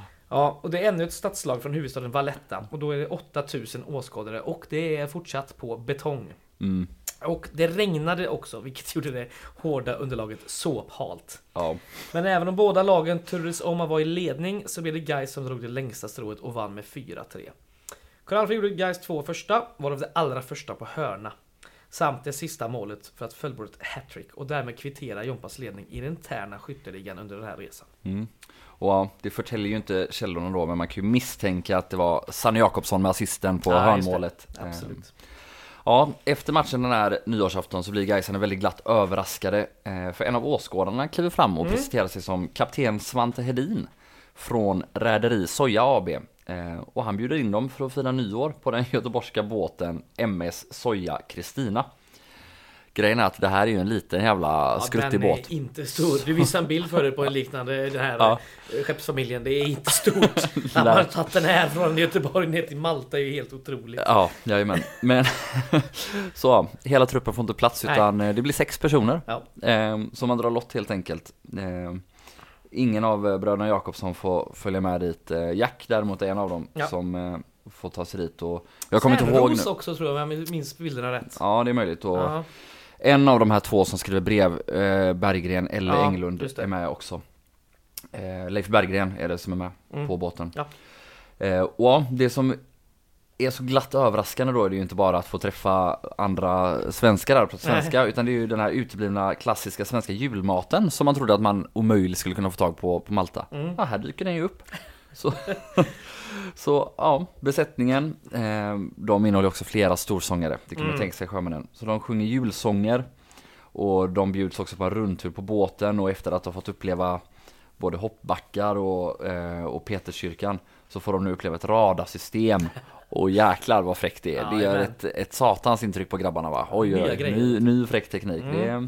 Ja, och det är ännu ett stadslag från huvudstaden Valletta, och då är det åtta tusen åskådare, och det är fortsatt på betong. Mm. Och det regnade också, vilket gjorde det hårda underlaget såphalt. Ja. Men även om båda lagen turades om att vara i ledning, så blev det Gais som drog det längsta strået och vann med fyra tre. Karl gjorde Gais två första, varav det allra första på hörna. Samt det sista målet för att fullborda ett hattrick och därmed kvittera Jompas ledning i den interna skytteligan under den här resan. Mm. Och ja, det förtäljer ju inte källorna då, men man kan ju misstänka att det var Sanne Jakobsson med assisten på Ja, hörnmålet. just det. Absolut. Eh, Ja, efter matchen den här nyårsafton så blir Gaisarna väldigt glatt överraskade. Eh, för en av åskådarna kliver fram och Mm. presenterar sig som kapten Svante Hedin från Räderi Soja A B. Eh, och han bjuder in dem för att fira nyår på den göteborgska båten M S Soja Kristina. Grejen är att det här är ju en liten jävla skruttig båt. Den är inte stor. Du visade en bild för dig på en liknande, den här Ja. ja. skeppsfamiljen. Det är inte stort. Han har tagit den här från Göteborg ner till Malta, är ju helt otroligt. Ja, jajamän. Men så, hela truppen får inte plats, utan Nej. det blir sex personer. Ja. Eh, som man drar lott helt enkelt. Eh, ingen av bröderna Jakobsson får följa med dit. Eh, Jack däremot är en av dem Ja. som eh, får ta sig dit. Och jag kommer inte ihåg nu. också tror jag, jag minns bilderna rätt. Ja, det är möjligt. Och Ja. en av de här två som skriver brev, eh, Berggren eller Ja, Englund, just det. är med också. Eh, Leif Berggren är det som är med Mm. på båten. Ja. Eh, och ja, det som är så glatt överraskande då är det ju inte bara att få träffa andra svenskar där på svenska, utan det är ju den här uteblivna klassiska svenska julmaten som man trodde att man omöjligt skulle kunna få tag på på Malta. Mm. Ja, här dyker den ju upp. Så, så ja, besättningen, eh, de innehåller också flera storsångare. Det kan man Mm. tänka sig sjömännen. Så de sjunger julsånger Och de bjuds också på en rundtur på båten, och efter att ha fått uppleva både hoppbackar och, eh, och Peterskyrkan så får de nu uppleva ett radarsystem. Och jäklar vad fräckt det är. Ja, det gör ett, ett satans intryck på grabbarna, va? Oj, oj, ny, ny fräck teknik. Mm. Det är,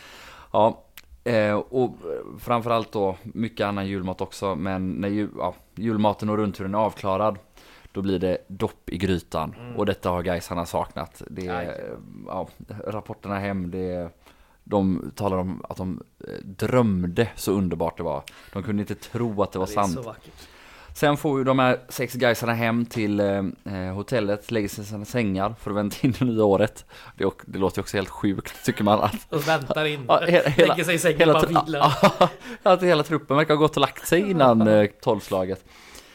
ja, eh, och framförallt då mycket annan julmat också. Men när jul, ja, julmaten och rundturen är avklarad, då blir det dopp i grytan. Mm. Och detta har gaisarna saknat. Det är, ja, rapporterna hem, det är, de talar om att de drömde så underbart det var. De kunde inte tro att det var det sant. Så vackert. Sen får ju de här sex gaisarna hem till eh, hotellet, lägger sig i sina sängar för att vänta in det nya året. Det, det låter ju också helt sjukt, tycker man. Att, och väntar in, ja, he, hela, lägger sig i sängen hela, och bara vilar. Att hela truppen verkar ha gått och lagt sig innan eh, tolvslaget.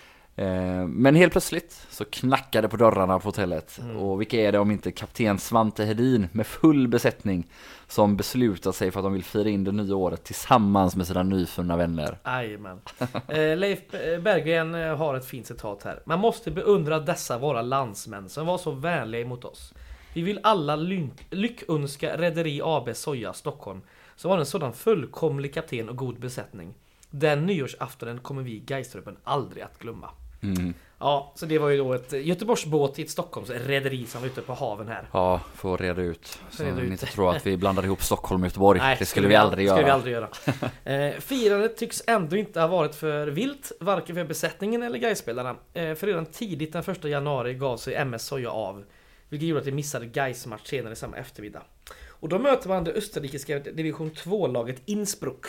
Eh, men helt plötsligt så knackade det på dörrarna på hotellet. Mm. Och vilka är det om inte kapten Svante Hedin med full besättning som beslutat sig för att de vill fira in det nya året tillsammans med sina nyfunna vänner. Jajamän. eh, Leif Berggren har ett fint citat här. Man måste beundra dessa våra landsmän som var så vänliga emot oss. Vi vill alla ly- lyckönska Rederi A B Soja Stockholm som var en sådan fullkomlig kapten och god besättning. Den nyårsaftonen kommer vi Gaistruppen aldrig att glömma. Mm. Ja, så det var ju då ett Göteborgsbåt i ett Stockholms rederi som var ute på haven här. Ja, får reda ut. Så reda ni ut. inte tror att vi blandar ihop Stockholm och Göteborg. Nej, det skulle vi aldrig skulle göra. Vi aldrig göra. eh, firandet tycks ändå inte ha varit för vilt, varken för besättningen eller Gaisspelarna. Eh, för redan tidigt den första januari gav sig M S Soja av, vilket gjorde att de missade Gais-match senare samma eftermiddag. Och då möter man det österrikiska division två-laget Innsbruck.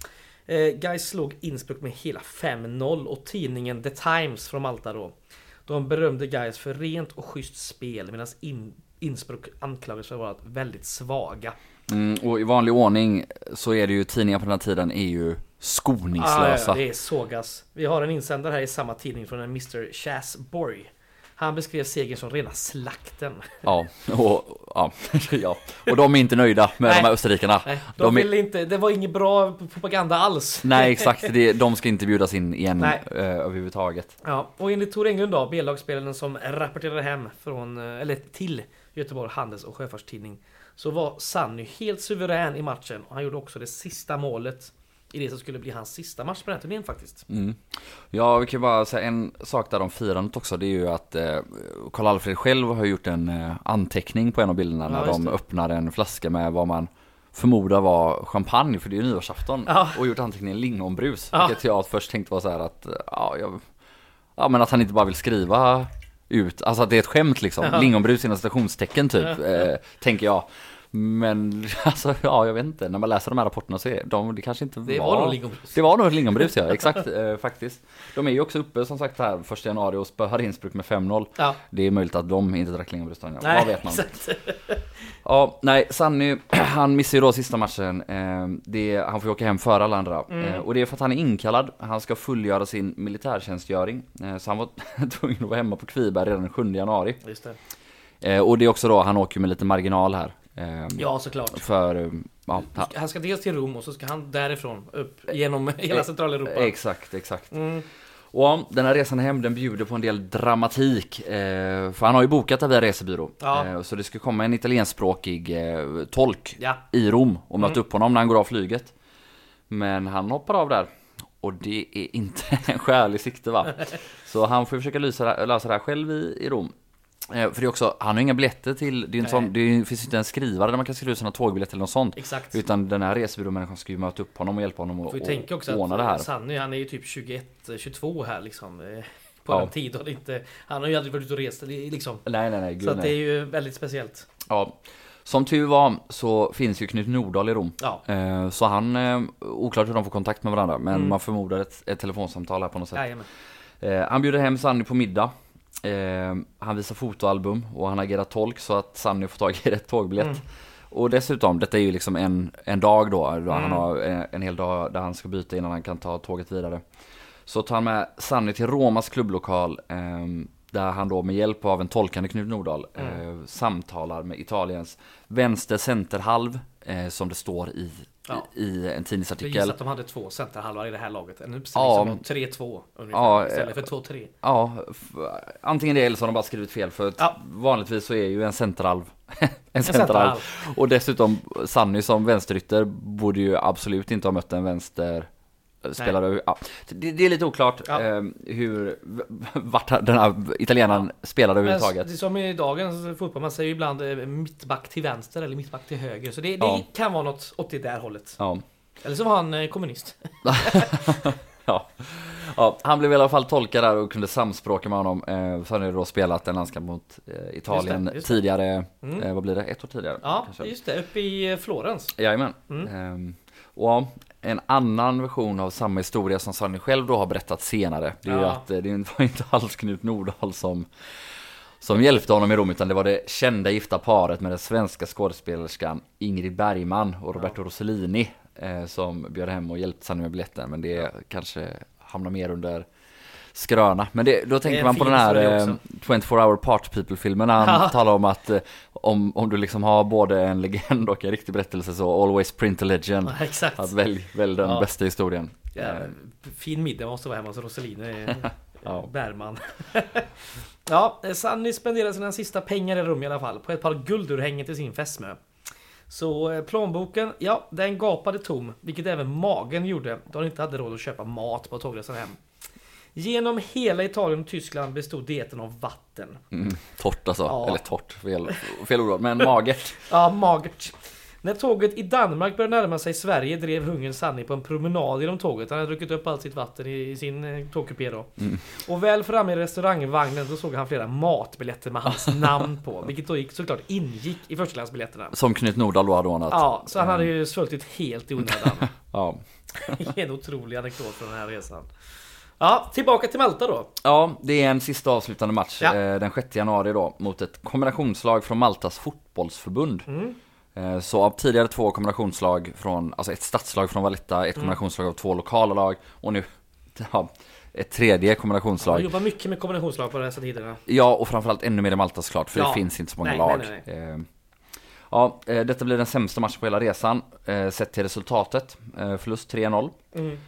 Eh, Gais slog Innsbruck med hela fem noll och tidningen The Times från Malta då. De berömde Gais för rent och schysst spel medan In- Innsbruck anklagades för att vara väldigt svaga. Mm, och i vanlig ordning så är det ju tidningar på den här tiden är ju skoningslösa. Ah, ja, det är sågas. Vi har en insändare här i samma tidning från en mister Chasborg. Han beskrev segern som rena slakten. Ja, och, ja, ja. och de är inte nöjda med nej, de här österrikarna. Nej, de de vill är... inte, det var ingen bra propaganda alls. Nej, exakt. Det, de ska inte bjudas in igen eh, överhuvudtaget. Ja, och enligt Tor Englund då, B-lagsspelaren som rapporterade hem från, eller till Göteborg Handels- och Sjöfartstidning, så var Sanny helt suverän i matchen. Och han gjorde också det sista målet i det som skulle bli hans sista match på den här turnén faktiskt. Mm. Ja, vi kan bara säga en sak där om firandet också. Det är ju att eh, Karl Alfred själv har gjort en eh, anteckning på en av bilderna ja, när de det. öppnar en flaska med vad man förmodar var champagne, för det är ju nyårsafton. Ja. Och gjort anteckningen lingonbrus. Ja. Vilket jag först tänkte var så här att ja, jag, ja, men att han inte bara vill skriva ut, alltså att det är ett skämt liksom. Ja. Lingonbrus inom stationstecken typ, ja. eh, tänker jag. Men alltså, ja, jag vet inte. När man läser de här rapporterna så är de, det kanske inte det var... var nog lingonbrus. Det var nog lingonbrus, ja, exakt, eh, faktiskt. De är ju också uppe, som sagt, här första januari och spöar Innsbruck med fem noll. Ja. Det är möjligt att de inte drack lingonbrus. Nej, vad vet man? Exakt. Ja, nej, Sanny, han missar ju då sista matchen. Eh, det, han får ju åka hem för alla andra. Mm. Eh, och det är för att han är inkallad. Han ska fullgöra sin militärtjänstgöring. Eh, så han var tvungen att vara hemma på Kviberg redan den sjunde januari. Just det. Eh, och det är också då, han åker med lite marginal här. Eh, ja, såklart. För, ja, han ska dels till Rom och så ska han därifrån upp genom hela Centraleuropa. Exakt, exakt. Mm. Och den här resan hem, den bjuder på en del dramatik. Eh, för han har ju bokat det via resebyrå. Ja. Eh, så det ska komma en italienskspråkig eh, tolk ja. i Rom och möta mm. upp honom när han går av flyget. Men han hoppar av där. Och det är inte en skälig sikte, va? Så han får försöka lösa, lösa det här själv i, i Rom. Eh, för det är också, han har inga biljetter till, det, är inte sån, det finns inte en skrivare där man kan skriva ut sina tågbiljetter eller något sånt. Exakt. Utan den här resebyråmänniskan ska ju möta upp honom och hjälpa honom och, och också ordna att det här. Sanny, han är ju typ tjugoett tjugotvå här liksom, eh, på ja. den tid och det inte, han har ju aldrig varit ute och rest liksom. Nej, nej, nej. Gud, så att nej. det är ju väldigt speciellt. Ja. Som tur var så finns ju Knut Nordahl i Rom. Ja. Eh, så han, eh, oklart hur de får kontakt med varandra, men mm. man förmodar ett, ett telefonsamtal här på något sätt. Eh, han bjuder hem Sanny på middag. Eh, han visar fotoalbum och han agerar tolk så att Sanny får tag i rätt tågbiljett. Mm. Och dessutom, detta är ju liksom en, en dag då, då mm. han har en, en hel dag där han ska byta innan han kan ta tåget vidare. Så tar han med Sanny till Romas klubblokal eh, där han då med hjälp av en tolkande Knut Nordahl eh, mm. samtalar med Italiens vänster centerhalv eh, som det står i ja. i, i en tidningsartikel. Jag att de hade två centerhalvar i det här laget. En uppställning ja, som var tre två ungefär, ja, istället för två tre. Ja, f- antingen det eller så har de bara skrivit fel. För ja. vanligtvis så är ju en centerhalv en, en centerhalv. Och dessutom Sanny som vänsterytter borde ju absolut inte ha mött en vänster spelare. Ja. Det, det är lite oklart ja. eh, hur vart den här italienaren ja. spelade överhuvudtaget. Det är som i dagens fotboll, man säger ju ibland mittback till vänster eller mittback till höger. Så det, det ja. kan vara något åt det där hållet. Ja. Eller så var han kommunist. ja. ja, han blev i alla fall tolkad där och kunde samspråka med honom. Eh, så hade då spelat en landskamp mot eh, Italien just det, just det. tidigare. Mm. Eh, vad blir det? Ett år tidigare? Ja, kanske. Just det. Uppe i Florens. Jajamän. Mm. Eh, och en annan version av samma historia som Sanny själv då har berättat senare. Det är ja. ju att eh, det var inte alls Knut Nordahl som som hjälpte honom i Rom, utan det var det kända gifta paret med den svenska skådespelerskan Ingrid Bergman och Roberto ja. Rossellini eh, som bjöd hem och hjälpte Sanny med biljetten. Men det ja. kanske hamnar mer under skröna. Men det, då tänker man på den här eh, twenty-four hour Part People-filmen när han ja. talar om att eh, om, om du liksom har både en legend och en riktig berättelse, så always print a legend. Ja, exakt. Att välj, välj den ja. bästa historien. Ja, fin middag måste vara hemma hos Rossellini. ja. Bergman. ja, Sanny spenderade sina sista pengar i rum i alla fall på ett par guldurhängen till sin fästmö. Så plånboken, ja, den gapade tom, vilket även magen gjorde då han inte hade råd att köpa mat på tågresan hem. Genom hela Italien och Tyskland bestod dieten av vatten. Mm, torrt alltså, ja. eller torrt, fel, fel ord, men magert. ja, magert. När tåget i Danmark började närma sig Sverige drev hungern Sanny på en promenad genom tåget. Han hade druckit upp allt sitt vatten i sin tågkupé då. Mm. Och väl framme i restaurangvagnen då såg han flera matbiljetter med hans namn på. Vilket då gick, såklart ingick i förstaklassbiljetterna. Som Knut Nordahl då hade ordnat. Ja, så han hade ju svultit helt i onödan. ja. En otrolig anekdot från den här resan. Ja, tillbaka till Malta då. Ja, det är en sista avslutande match ja. eh, den sjätte januari då mot ett kombinationslag från Maltas fotbollsförbund. Mm. Eh, så av tidigare två kombinationslag från, alltså ett stadslag från Valletta, ett mm. kombinationslag av två lokala lag och nu ja, ett tredje kombinationslag. Ja, jag jobbar mycket med kombinationslag på dessa tiderna. Ja, och framförallt ännu mer i Malta såklart, för ja. det finns inte så många nej, lag. Nej, nej, nej. Eh, ja, eh, detta blir den sämsta matchen på hela resan eh, sett till resultatet. Eh, förlust tre noll. Mm.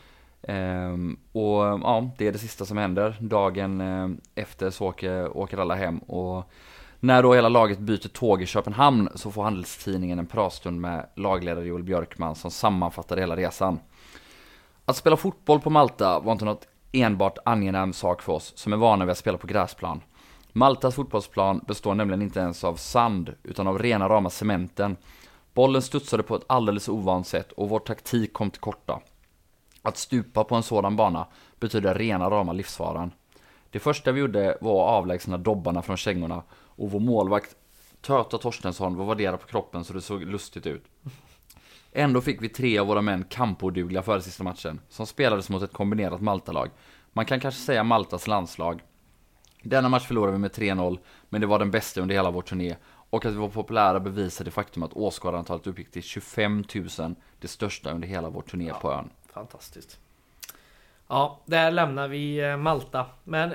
Um, och ja, det är det sista som händer. Dagen eh, efter så åker, åker alla hem. Och när då hela laget byter tåg i Köpenhamn så får Handelstidningen en pratstund med lagledare Joel Björkman som sammanfattade hela resan. Att spela fotboll på Malta var inte något enbart angenäm sak för oss som är vana vid att spela på gräsplan. Maltas fotbollsplan består nämligen inte ens av sand utan av rena rama cementen. Bollen studsade på ett alldeles ovant sätt och vår taktik kom till korta. Att stupa på en sådan bana betyder rena rama livsfaran. Det första vi gjorde var att avlägsna dobbarna från kängorna och vår målvakt Töta Torstensson var värderad på kroppen så det såg lustigt ut. Ändå fick vi tre av våra män kampodugliga före sista matchen som spelades mot ett kombinerat Malta-lag. Man kan kanske säga Maltas landslag. Denna match förlorade vi med tre noll, men det var den bästa under hela vår turné. Och att vi var populära bevisade det faktum att åskådarantalet uppgick till tjugofem tusen, det största under hela vår turné på ön. Fantastiskt. Ja, där lämnar vi Malta. Men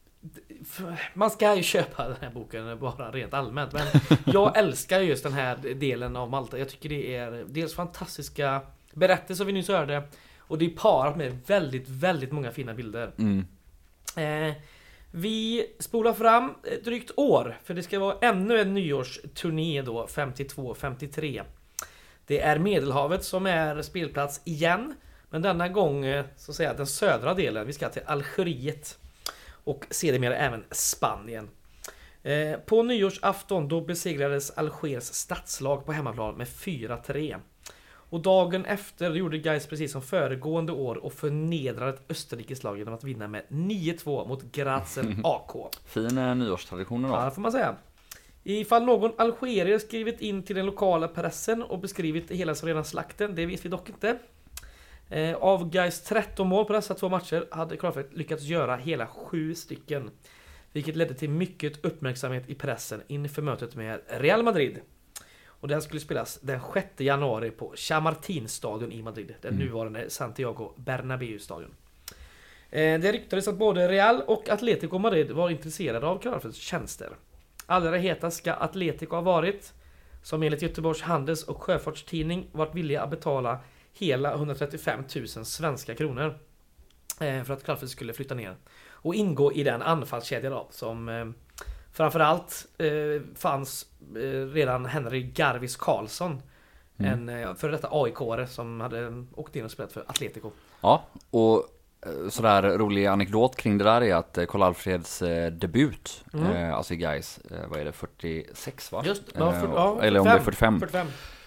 man ska ju köpa den här boken bara rent allmänt. Men jag älskar just den här delen av Malta. Jag tycker det är dels fantastiska berättelser vi nyss hörde. Och det är parat med väldigt, väldigt många fina bilder. Mm. Eh, vi spolar fram ett drygt år. För det ska vara ännu en nyårsturné då, femtiotvå femtiotre. Det är Medelhavet som är spelplats igen. Men denna gång så säger jag den södra delen. Vi ska till Algeriet. Och sedermera även Spanien. Eh, på nyårsafton då besegrades Algers stadslag på hemmaplan med fyra tre. Och dagen efter gjorde Gais precis som föregående år och förnedrade ett Österrikes lag genom att vinna med nio två mot Grazen A K. Fin eh, nyårstradition då. Ja, får man säga. Ifall någon algerier skrivit in till den lokala pressen och beskrivit hela som redan slakten, det vet vi dock inte. Eh, av Gais tretton mål på dessa två matcher hade Klarfett lyckats göra hela sju stycken. Vilket ledde till mycket uppmärksamhet i pressen inför mötet med Real Madrid. Och den skulle spelas den sjätte januari på Chamartin-stadion i Madrid. Den mm. nuvarande Santiago Bernabéu-stadion. Eh, det ryktades att både Real och Atletico Madrid var intresserade av Klarfetts tjänster. Allra hetast ska Atletico ha varit. som enligt Göteborgs Handels- och Sjöfartstidning varit villiga att betala hela hundratrettiofem tusen svenska kronor eh, för att Klarfred skulle flytta ner och ingå i den anfallskedja då, som eh, framförallt eh, fanns eh, redan Henry Garvis Karlsson, mm. en eh, före detta A I K-are som hade åkt in och spelat för Atletico. Ja, och sådär rolig anekdot kring det där är att Karl-Alfreds eh, debut, mm. eh, alltså i Gais, eh, vad är det, fyrtiosex va? Just, ja, för, ja, eh, eller om det är fyrtiofem. fyrtiofem.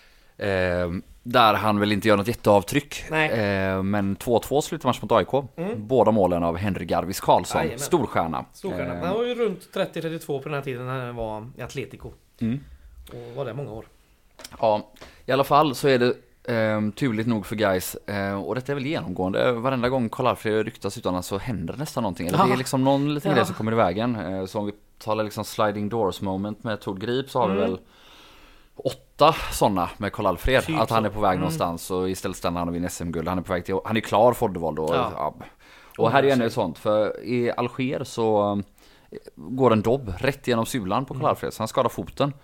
Eh, där han väl inte gör något jätteavtryck. Eh, men två två slutar match mot A I K. Mm. Båda målen av Henry Garvis Karlsson. Aj, storstjärna. Storstjärna. Eh, han var ju runt trettio trettiotvå på den här tiden när han var i Atletico. Mm. Och var det många år. Ja, i alla fall så är det eh, turligt nog för guys. Eh, och detta är väl genomgående. Varenda gång Karl-Alfred ryktas utan så händer det nästan någonting. Eller ja. Det är liksom någon liten ja. grej som kommer i vägen. Eh, så om vi talar liksom sliding doors moment med Tord Grip så har mm. vi väl åtta sådana med Karl-Alfred, typ att han är på väg mm. någonstans och istället stannar han och vinner S M-guld. Han är på väg till, han är klar för Oddevold och, ja. Ja. och här är ännu ett sånt, för i Alger så går en dobb rätt genom sulan på Karl-Alfred, mm. så han skadar foten.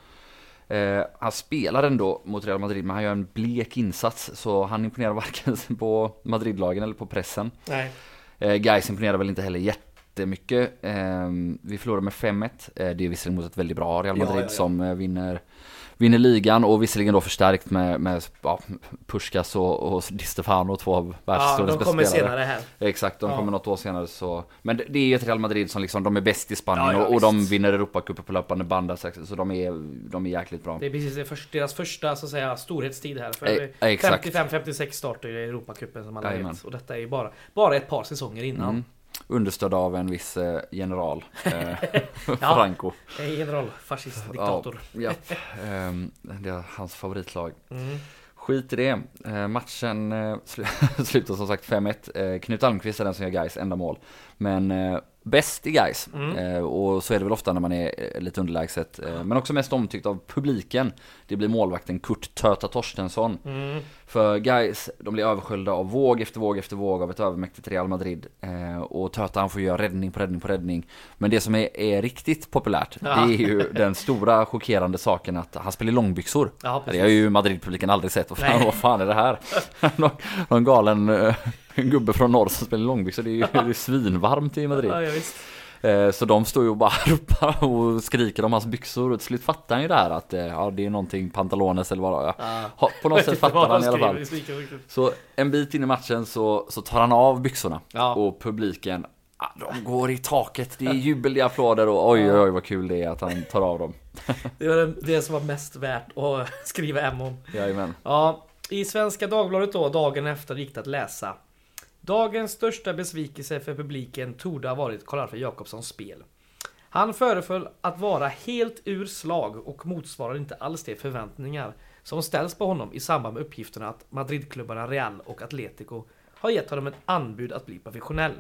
Eh, han spelar ändå mot Real Madrid, men han gör en blek insats, så han imponerar varken på Madridlagen eller på pressen. Nej. Eh, Gais imponerar väl inte heller jättemycket. Eh, vi förlorar med fem ett. Eh, det är visserligen mot ett väldigt bra Real Madrid ja, ja, ja. som eh, vinner Vinner ligan och visserligen då förstärkt med, med ja, Puskas och, och Di Stefano, två av världshistoriens ja, de kommer senare här. Exakt, de ja. kommer något år senare så. Men det, det är ju ett Real Madrid som liksom, de är bäst i Spanien ja, ja, och, och de vinner Europacupen på löpande band, så de är, de är jäkligt bra. Det är precis det för, deras första så att säga storhetstid här. För e, femtiofem femtiosex startar i Europacupen som alla vet, och detta är ju bara, bara ett par säsonger innan. Mm. Understödd av en viss eh, general eh, Franco. Ja, general, fascist, diktator. Ja, ja. Um, det är hans favoritlag. Mm. Skit i det. Uh, matchen uh, sl- slutar som sagt fem ett. Uh, Knut Almqvist är den som gör Gais enda mål. Men uh, bäst i Gais. Mm. Uh, och så är det väl ofta när man är uh, lite underlägset. Uh, men också mest omtyckt av publiken. Det blir målvakten Kurt Töta Torstensson. Mm. För Gais, de blir översköljda av våg efter våg efter våg av ett övermäktigt Real Madrid. Uh, och Töta han får göra räddning på räddning på räddning. Men det som är, är riktigt populärt, ja. det är ju den stora chockerande saken att han spelar långbyxor. Ja, det har ju Madrid-publiken aldrig sett. Vad fan, vad fan är det här? någon, någon galen uh, gubbe från norr som spelar långbyxor. Det är ju det är svinvarmt i Madrid. Ja, ja, visst. Så de står ju och bara ropar och skriker om hans byxor. Och till slut fattar han ju där att ja, det är någonting pantalones eller vad. Ja. På något sätt fattar han i alla fall. Så en bit in i matchen så, så tar han av byxorna. Ja. Och publiken, de går i taket. Det är jubel, det är applåder och oj, oj, oj vad kul det är att han tar av dem. Det var det som var mest värt att skriva hem om. Jajamän. Ja, i Svenska Dagbladet då, dagen efter gick det att läsa: dagens största besvikelse för publiken torde ha varit Karl-Alfred Jakobssons spel. Han föreföll att vara helt ur slag och motsvarar inte alls de förväntningar som ställs på honom i samband med uppgifterna att Madridklubbarna Real och Atletico har gett honom ett anbud att bli professionell.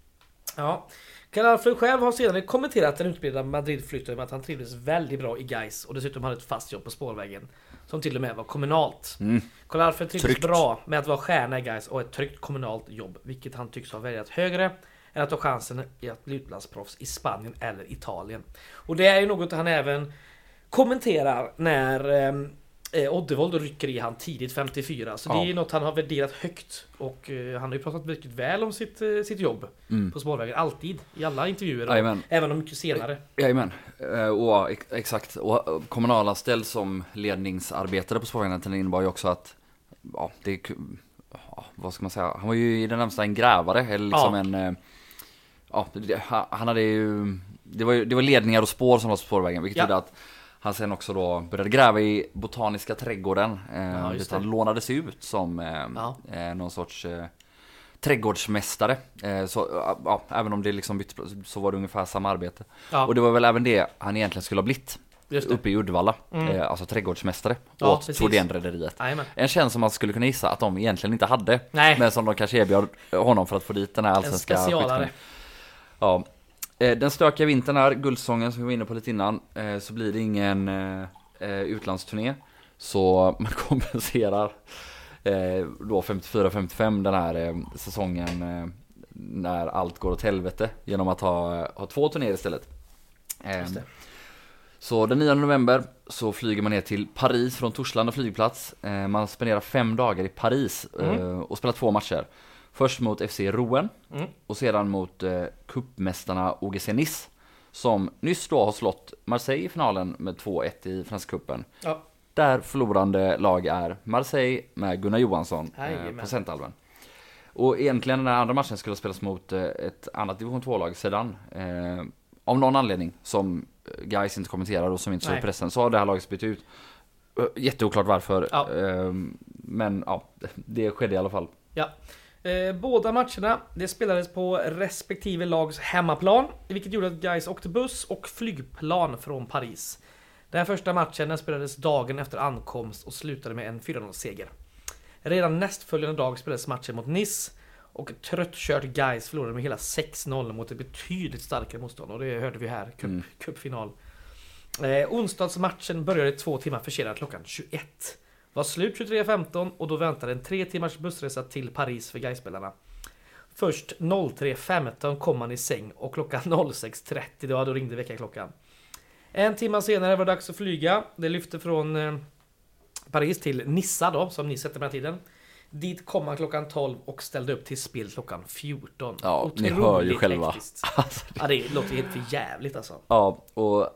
Ja, Karl-Alfred själv har sedan kommenterat den utbildade Madrid-flytten med att han trivdes väldigt bra i Gais och dessutom hade ett fast jobb på spårvägen som till och med var kommunalt. Mm. Karl-Alfred trivdes tryggt. bra med att vara stjärna i Gais och ett tryggt kommunalt jobb, vilket han tycks ha väldigt högre än att ta chansen i att bli utlandsproffs i Spanien eller Italien. Och det är ju något han även kommenterar när eh, Oddevold rycker i han tidigt femtiofyra. Så ja. det är ju något han har värderat högt. Och eh, han har ju pratat mycket väl om sitt, eh, sitt jobb mm. på spårvägen. Alltid, i alla intervjuer. Och även om mycket senare. Jajamän, uh, och, ex- exakt. Och kommunalanställd som ledningsarbetare på spårvägen innebar ju också att ja, det ja, vad ska man säga? Han var ju i den närmsta en grävare. Eller liksom ja. en... Uh, ja, det, han hade ju det, var ju... det var ledningar och spår som var på spårvägen. Vilket ja. gjorde att han sen också då började gräva i Botaniska trädgården. Eh, ja, han lånades ut som eh, ja. eh, någon sorts eh, trädgårdsmästare. Eh, så, ja, även om det liksom bytte, så var det ungefär samma arbete. Ja. Och det var väl även det han egentligen skulle ha blivit. Uppe i Uddevalla. Mm. Eh, alltså trädgårdsmästare ja, åt Tordén-rederiet. En tjänst som man skulle kunna gissa att de egentligen inte hade. Nej. Men som de kanske erbjöd honom för att få dit den här allsvenska. En specialare. Ja. Den stökiga vintern här, Guldsången som vi var inne på lite innan, så blir det ingen eh, utlandsturné. Så man kompenserar eh, då femtiofyra femtiofem den här eh, säsongen eh, när allt går åt helvete genom att ha, ha två turnéer istället. Eh, Så den nionde november så flyger man ner till Paris från Torslanda flygplats. Eh, man spenderar fem dagar i Paris eh, mm. och spelar två matcher. Först mot F C Rouen mm. och sedan mot eh, cupmästarna O G C Nice, som nyss då har slått Marseille i finalen med två ett i Franska cupen. Ja. Där förlorande lag är Marseille med Gunnar Johansson eh, på Centalven. Och egentligen den här andra matchen skulle spelas mot eh, ett annat division två-lag sedan. Eh, av någon anledning som Gais inte kommenterar och som inte såg i pressen, så har det här laget bytt ut. Jätteoklart varför. Ja. Eh, men ja, det skedde i alla fall. Ja. Eh, båda matcherna, det spelades på respektive lags hemmaplan, vilket gjorde att Gais åkte buss och flygplan från Paris. Den första matchen den spelades dagen efter ankomst och slutade med en fyra noll-seger. Redan nästföljande dag spelades matchen mot Nice och tröttkört Gais förlorade med hela sex noll mot ett betydligt starkare motstånd, och det hörde vi här, cup, mm. cupfinal. Eh, onsdagsmatchen började två timmar försenat klockan tjugoett. Var slut tjugotre femton och då väntade en tre timmars bussresa till Paris för Gais-spelarna. Först tre femton kom man i säng och klockan sex trettio då, då ringde väckarklockan. En timme senare var det dags att flyga. Det lyfte från eh, Paris till Nissa då, som ni sätter med tiden. Dit kom man klockan tolv och ställde upp till spel klockan fjorton. Ja, otroligt, ni hör ju själva. Alltså, det... Ja, det låter helt för jävligt alltså. Ja, och...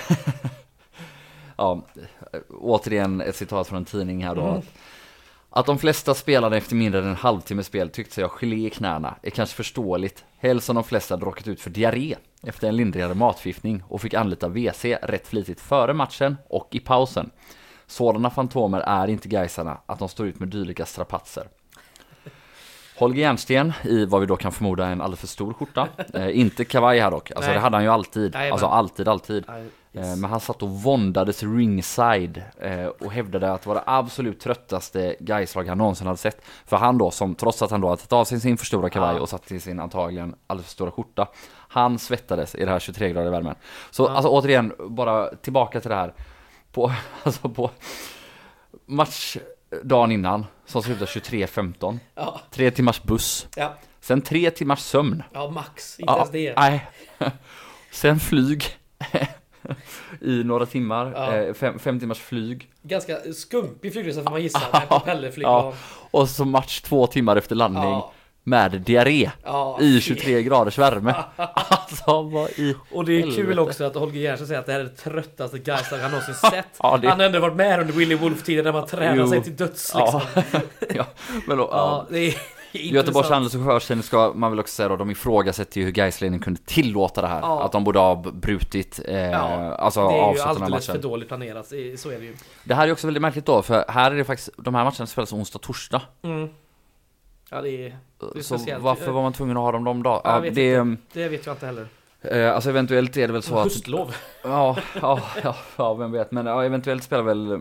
ja, återigen ett citat från en tidning här då. Mm. Att, att de flesta spelarna efter mindre än en halvtimme spel tyckte sig ha gelé i knäna är kanske förståeligt. Helst som de flesta hade råkat ut för diarré efter en lindrigare matförgiftning och fick anlita W C rätt flitigt före matchen och i pausen. Sådana fantomer är inte Gaisarna att de står ut med dylika strapatser. Holger Järnsten i vad vi då kan förmoda en alldeles för stor skjorta. Eh, inte kavaj här dock. Alltså Nej. Det hade han ju alltid. Nej, alltså alltid, alltid. Nej, yes. eh, men han satt och våndades ringside eh, och hävdade att det var det absolut tröttaste Gaislag han någonsin hade sett. För han då, som trots att han då hade tagit av sig sin för stora kavaj ja. och satt i sin antagligen alldeles för stora skjorta, han svettades i det här tjugotre grader värmen. Så ja. alltså återigen, bara tillbaka till det här. På, alltså på match dagen innan som slutar tjugotre femton. Ja. Tre timmars buss. Ja. Sen tre timmars sömn. Ja, max. Inte ja, ens det. Nej. Sen flyg i några timmar. Ja. Eh, fem, fem timmars flyg. Ganska skumpig flygresa får man gissa. Ja. Med propellerflygplan. Ja. Och så match två timmar efter landning. Ja. Med diarré ja, i tjugotre graders värme. Alltså, vad i Och det är helvete. Kul också att Holger Järnsten säger att det här är det tröttaste Gaislag han någonsin sett. Ja, det... Han har ändå varit med under Willy Wolf-tiden när man tränar jo. sig till döds liksom. Ja, ja. Men då, ja. Ja, det är Göteborgs Handels och Sjöfartstidning ska man väl också säga då, de ifrågasätter ju hur Gaisledningen kunde tillåta det här. Ja. Att de borde ha brutit eh, ja. alltså det är ju alldeles för dåligt planerat, så är det ju. Det här är också väldigt märkligt då, för här är det faktiskt, de här matcherna spelas onsdag torsdag. Mm. Ja, det är, det är så varför var man tvungen att ha dem de dag? Ja, vet det, det vet jag inte heller. Eh, alltså eventuellt är det väl så att... Höstlov. Ja, ja, ja, ja, vem vet. Men ja, eventuellt spelar väl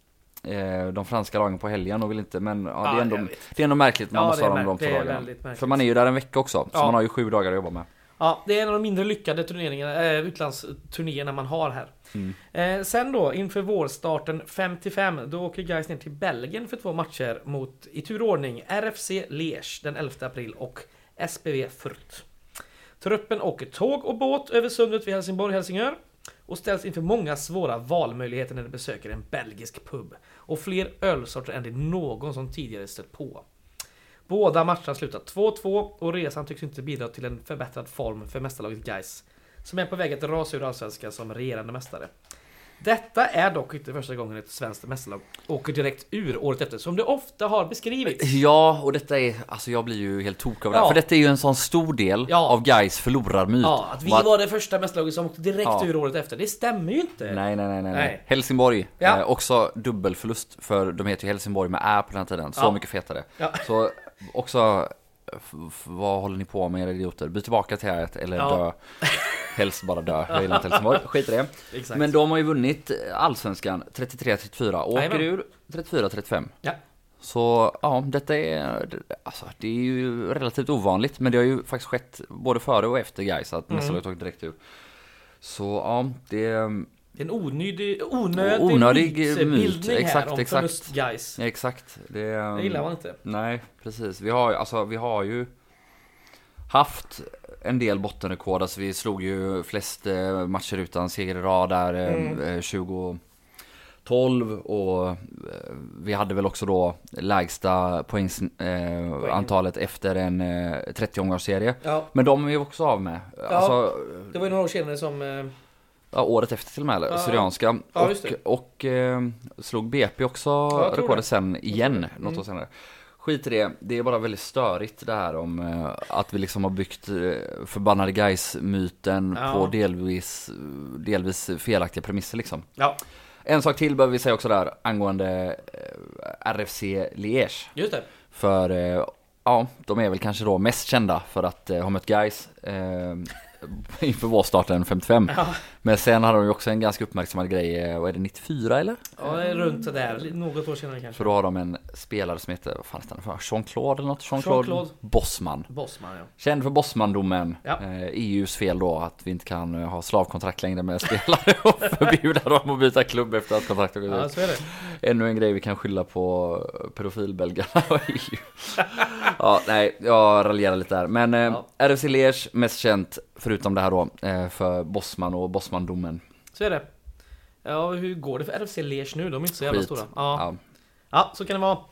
eh, de franska lagen på helgen och vill inte. Men ja, ja, det, är ändå, det är ändå märkligt man ja, måste ha dem de två dagarna. För man är ju där en vecka också, så ja. man har ju sju dagar att jobba med. Ja, det är en av de mindre lyckade turneringarna, äh, utlandsturnéerna man har här. Mm. Eh, sen då, inför vårstarten femtiofem, då åker Gais ner till Belgien för två matcher mot, i turordning, R F C Liège den elfte april och S P V Furt. Truppen åker tåg och båt över sundet vid Helsingborg-Helsingör och ställs inför många svåra valmöjligheter när de besöker en belgisk pub och fler ölsorter än det någon som tidigare stött på. Båda matcherna slutar två två och resan tycks inte bidra till en förbättrad form för mästarlaget Gais, som är på väg att rasa ur allsvenskan som regerande mästare. Detta är dock inte första gången ett svenskt mästarlag åker direkt ur året efter, som det ofta har beskrivits. Ja, och detta är, alltså jag blir ju helt tok av det, ja. för detta är ju en sån stor del ja. av Gais förlorarmyt. Ja, att vi var, var det första mästarlaget som åkte direkt ja. ur året efter, det stämmer ju inte. Nej, nej, nej, nej. nej. Helsingborg, ja. eh, också dubbelförlust, för de heter ju Helsingborg med ä på den här tiden, så ja. mycket fetare. Ja. Så också, f- vad håller ni på med era idioter? Byt tillbaka till här eller ja. dö. Helst bara dö. Jag gillar inte Helsingborg. Skit i det. Exakt. Men de har ju vunnit allsvenskan trettiotre trettiofyra. Åker Amen. ur trettiofyra trettiofem. Ja. Så ja, detta är alltså, det är ju relativt ovanligt, men det har ju faktiskt skett både före och efter Gais att mm. mästarlaget tagit direkt ur. Så ja, det är en onödig, onödig, onödig mytbildning exakt, här om exakt. förlust Gais. Exakt. Det, det gillar man inte. Nej, precis. Vi har, alltså, vi har ju haft en del bottenrekord. Alltså vi slog ju flest eh, matcher utan seger i rad där mm. eh, tjugo tolv och eh, vi hade väl också då lägsta poängs, eh, Poäng. antalet efter en eh, trettio-omgångsserie. Ja. Men de är vi också av med. Ja, alltså, det var ju några år senare som... Eh... Ja, året efter till och med, ja. Syrianska. Ja, och och eh, slog B P också ja, rekordet sen igen, mm. något år senare. Skit i det, det är bara väldigt störigt det här om eh, att vi liksom har byggt eh, förbannade guys-myten ja. på delvis, delvis felaktiga premisser liksom. Ja. En sak till behöver vi säga också där angående eh, R F C Liège. Just det. För eh, ja, de är väl kanske då mest kända för att eh, ha mött guys eh, inför vårstarten femtiofem. Ja. Men sen hade de ju också en ganska uppmärksammad grej. Vad är det, nittiofyra eller? Ja, det är runt där. Något år senare kanske. För då har de en spelare som heter, vad fan heter han? Jean-Claude eller något? Jean-Claude, Jean-Claude. Bossman. Bossman, ja. Känd för Bossman-domen. Ja. Eh, E U:s fel då att vi inte kan ha slavkontrakt längre med spelare och förbjuda dem att byta klubb efter att kontraktet går ut. Ja, så är det. Ännu en grej vi kan skylla på pedofilbelgarna och E U. Ja, nej, jag raljerar lite där. Men eh, ja. R F C Liège mest känt förutom det här då eh, för Bossman och Bossman-domen. Så är det. Ja, hur går det för R F C Liège nu? De är inte så jävla Skit. stora. Ja. Ja. ja, så kan det vara.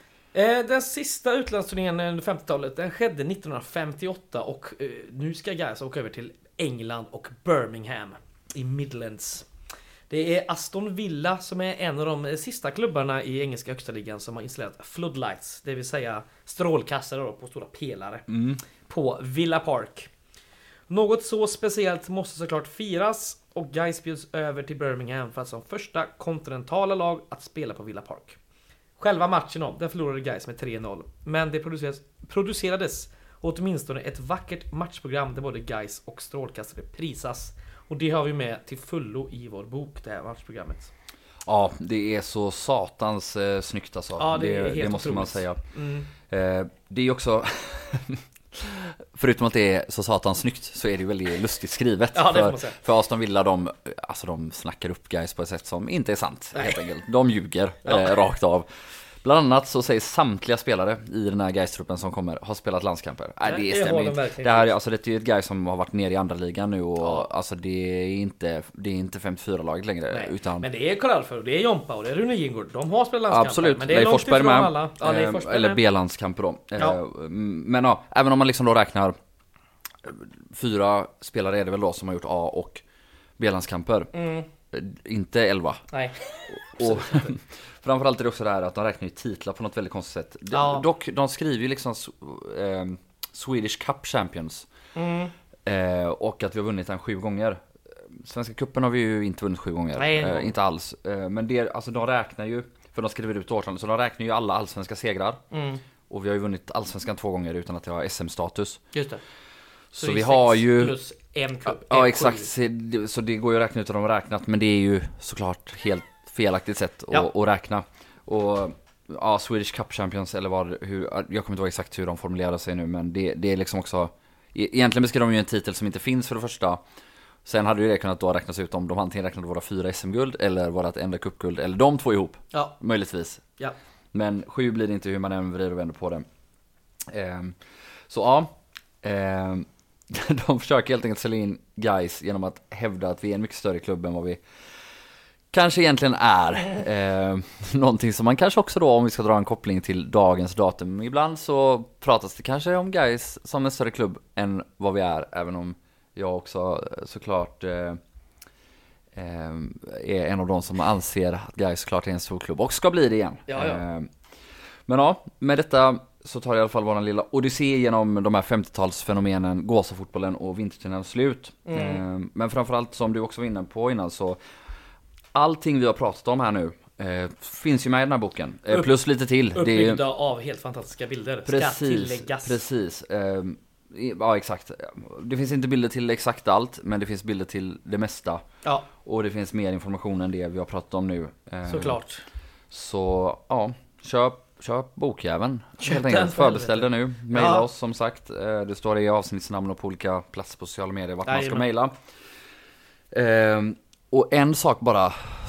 Eh, den sista utlandsturnén under femtiotalet, den skedde nittonhundrafemtioåtta och eh, nu ska Gais åka över till England och Birmingham i Midlands. Det är Aston Villa som är en av de sista klubbarna i engelska högsta ligan som har installerat floodlights, det vill säga strålkastare då på stora pelare mm. på Villa Park. Något så speciellt måste såklart firas och Gais bjuds över till Birmingham för att som första kontinentala lag att spela på Villa Park. Själva matchen då, den förlorade Gais med tre noll, men det producerades, producerades åtminstone ett vackert matchprogram där både Gais och strålkastare prisas. Och det har vi med till fullo i vår bok, det här matchprogrammet. Ja, det är så satans eh, snyggt alltså. Ja, det, är det, helt det måste otroligt. man säga. Mm. Eh, det är också... Förutom att det är så satans snyggt så är det väldigt lustigt skrivet. Ja, det får man för, säga. för Aston Villa, de, alltså de snackar upp guys på ett sätt som inte är sant. Helt enkelt. De ljuger ja. eh, rakt av. Bland annat så säger samtliga spelare i den här Gais-truppen som kommer har spelat landskamper. Nej, det, det stämmer inte. Det, här, alltså, det är ju ett guy som har varit nere i andra ligan nu och ja. alltså, det är inte det är inte femtiofyra-laget längre. Utan... Men det är Karl Alfred, det är Jompa och det är Rune Gingård. De har spelat landskamper. Absolut, men det är långt ifrån alla. Ja, eh, eller B-landskamper då. Ja. Eh, men ja, även om man liksom då räknar fyra spelare är det väl då som har gjort A och B-landskamper. Mm. Inte elva. Nej. Och framförallt är det också det här att de räknar ju titlar på något väldigt konstigt sätt. Ja. Dock, de skriver ju liksom eh, Swedish Cup Champions. Mm. Eh, och att vi har vunnit den sju gånger. Svenska cupen har vi ju inte vunnit sju gånger. Nej, eh, inte alls. Eh, men det, alltså de räknar ju, för de skriver ut årtal, så de räknar ju alla allsvenska segrar. Mm. Och vi har ju vunnit allsvenskan två gånger utan att jag har S M-status. Just det. Så, så vi har ju plus en cup. Ja, exakt. Så det går ju att räkna ut hur de har räknat, men det är ju såklart helt felaktigt sätt att, ja. att räkna. Och ja, Swedish Cup Champions eller vad, hur, jag kommer inte ihåg exakt hur de formulerar sig nu, men det, det är liksom också, egentligen beskriver de ju en titel som inte finns för det första. Sen hade ju det kunnat då räknas ut om de antingen räknade våra fyra S M-guld eller vårat enda cupguld, eller de två ihop. Ja. Möjligtvis. Ja. Men sju blir det inte hur man än vrider och vänder på det. Ehm, så ja, ehm, de försöker helt enkelt sälja in guys genom att hävda att vi är en mycket större klubb än vad vi kanske egentligen är. Eh, någonting som man kanske också då, om vi ska dra en koppling till dagens datum, ibland så pratas det kanske om guys som en större klubb än vad vi är, även om jag också såklart eh, eh, är en av de som anser att guys såklart är en stor klubb och ska bli det igen. Ja, ja. Eh, men ja, med detta så tar i alla fall vår lilla odyssé genom de här femtiotalsfenomenen, gåsafotbollen och vinterturnén slut. Mm. Men framförallt, som du också var inne på innan, så allting vi har pratat om här nu eh, finns ju med i den här boken. Eh, Upp, plus lite till. Uppbyggda det är, av helt fantastiska bilder. Precis, ska tilläggas. Precis. Eh, ja, exakt. Det finns inte bilder till exakt allt, men det finns bilder till det mesta. Ja. Och det finns mer information än det vi har pratat om nu. Eh, Såklart. Så, ja, köp Köp bokjäveln. Helt enkelt. Förbeställ det nu. Maila ja. oss som sagt. Det står i avsnittsnamn och på olika platser på sociala medier vart Nej, man ska men... mejla. Ehm, och en sak bara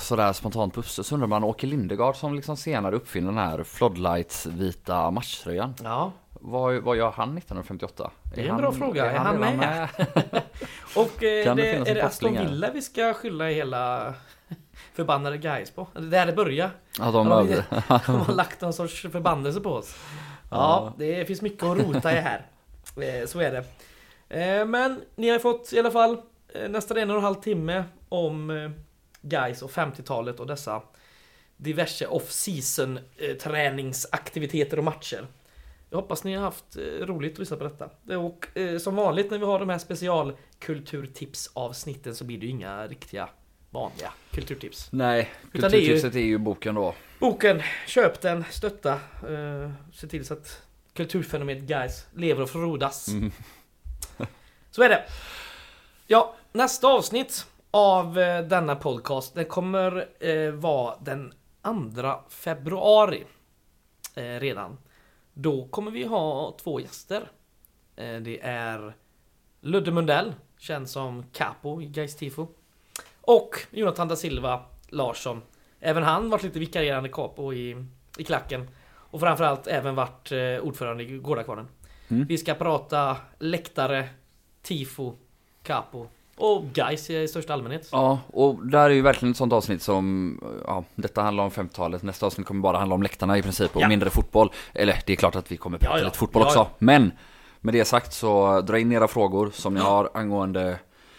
sådär spontant på så undrar man Åke Lindegard som liksom senare uppfinner den här Floodlights vita matchtröjan. Ja. Vad, vad gör han nittonhundrafemtioåtta? Det är en han, bra fråga. Är, är han, han med? med? Och eh, det, är det Aston Villa vi ska skylla hela förbannade guys på? Det är det börjar. Ja, de, de, de, de har lagt någon sorts förbannelse på oss. Ja, ja, det finns mycket att rota i här. Så är det. Men ni har fått i alla fall nästan en och en halv timme om guys och femtiotalet och dessa diverse off-season träningsaktiviteter och matcher. Jag hoppas ni har haft roligt att lyssna på detta. Och som vanligt när vi har de här specialkulturtips-avsnitten så blir det ju inga riktiga vanliga kulturtips. Nej, kulturtipset är ju, är ju boken då. Boken, köp den, stötta, uh, se till så att kulturfenomenet guys lever och frodas. Mm. Så är det. Ja, nästa avsnitt av uh, denna podcast, den kommer uh, vara den andra februari uh, redan. Då kommer vi ha två gäster. Uh, det är Ludde Mundell, känd som Capo i Gais Tifo. Och Jonathan da Silva Larsson. Även han varit lite vikarierande Capo i, i klacken. Och framförallt även varit eh, ordförande i Gårdakvarnen. Mm. Vi ska prata läktare, Tifo, Capo och Gais i största allmänhet. Ja, och där är ju verkligen ett sånt avsnitt som, ja, detta handlar om femtiotalet. Nästa avsnitt kommer bara handla om läktarna i princip och ja. mindre fotboll. Eller det är klart att vi kommer prata ja, ja. lite fotboll ja, också. Ja. Men med det sagt så dra in era frågor som ni ja. har angående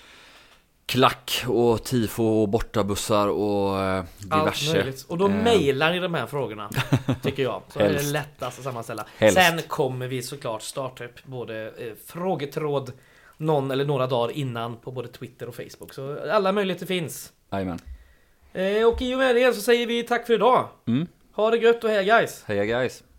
klack och tifo och bortabussar och eh, diverse. Och då eh. mejlar ni de här frågorna, tycker jag. Så är det lättast att sammanställa. Helst. Sen kommer vi såklart starta upp både eh, frågetråd någon eller några dagar innan på både Twitter och Facebook. Så alla möjligheter finns. Jajamän. Eh, och i och med det så säger vi tack för idag. Mm. Ha det gött och heja guys. Heja guys.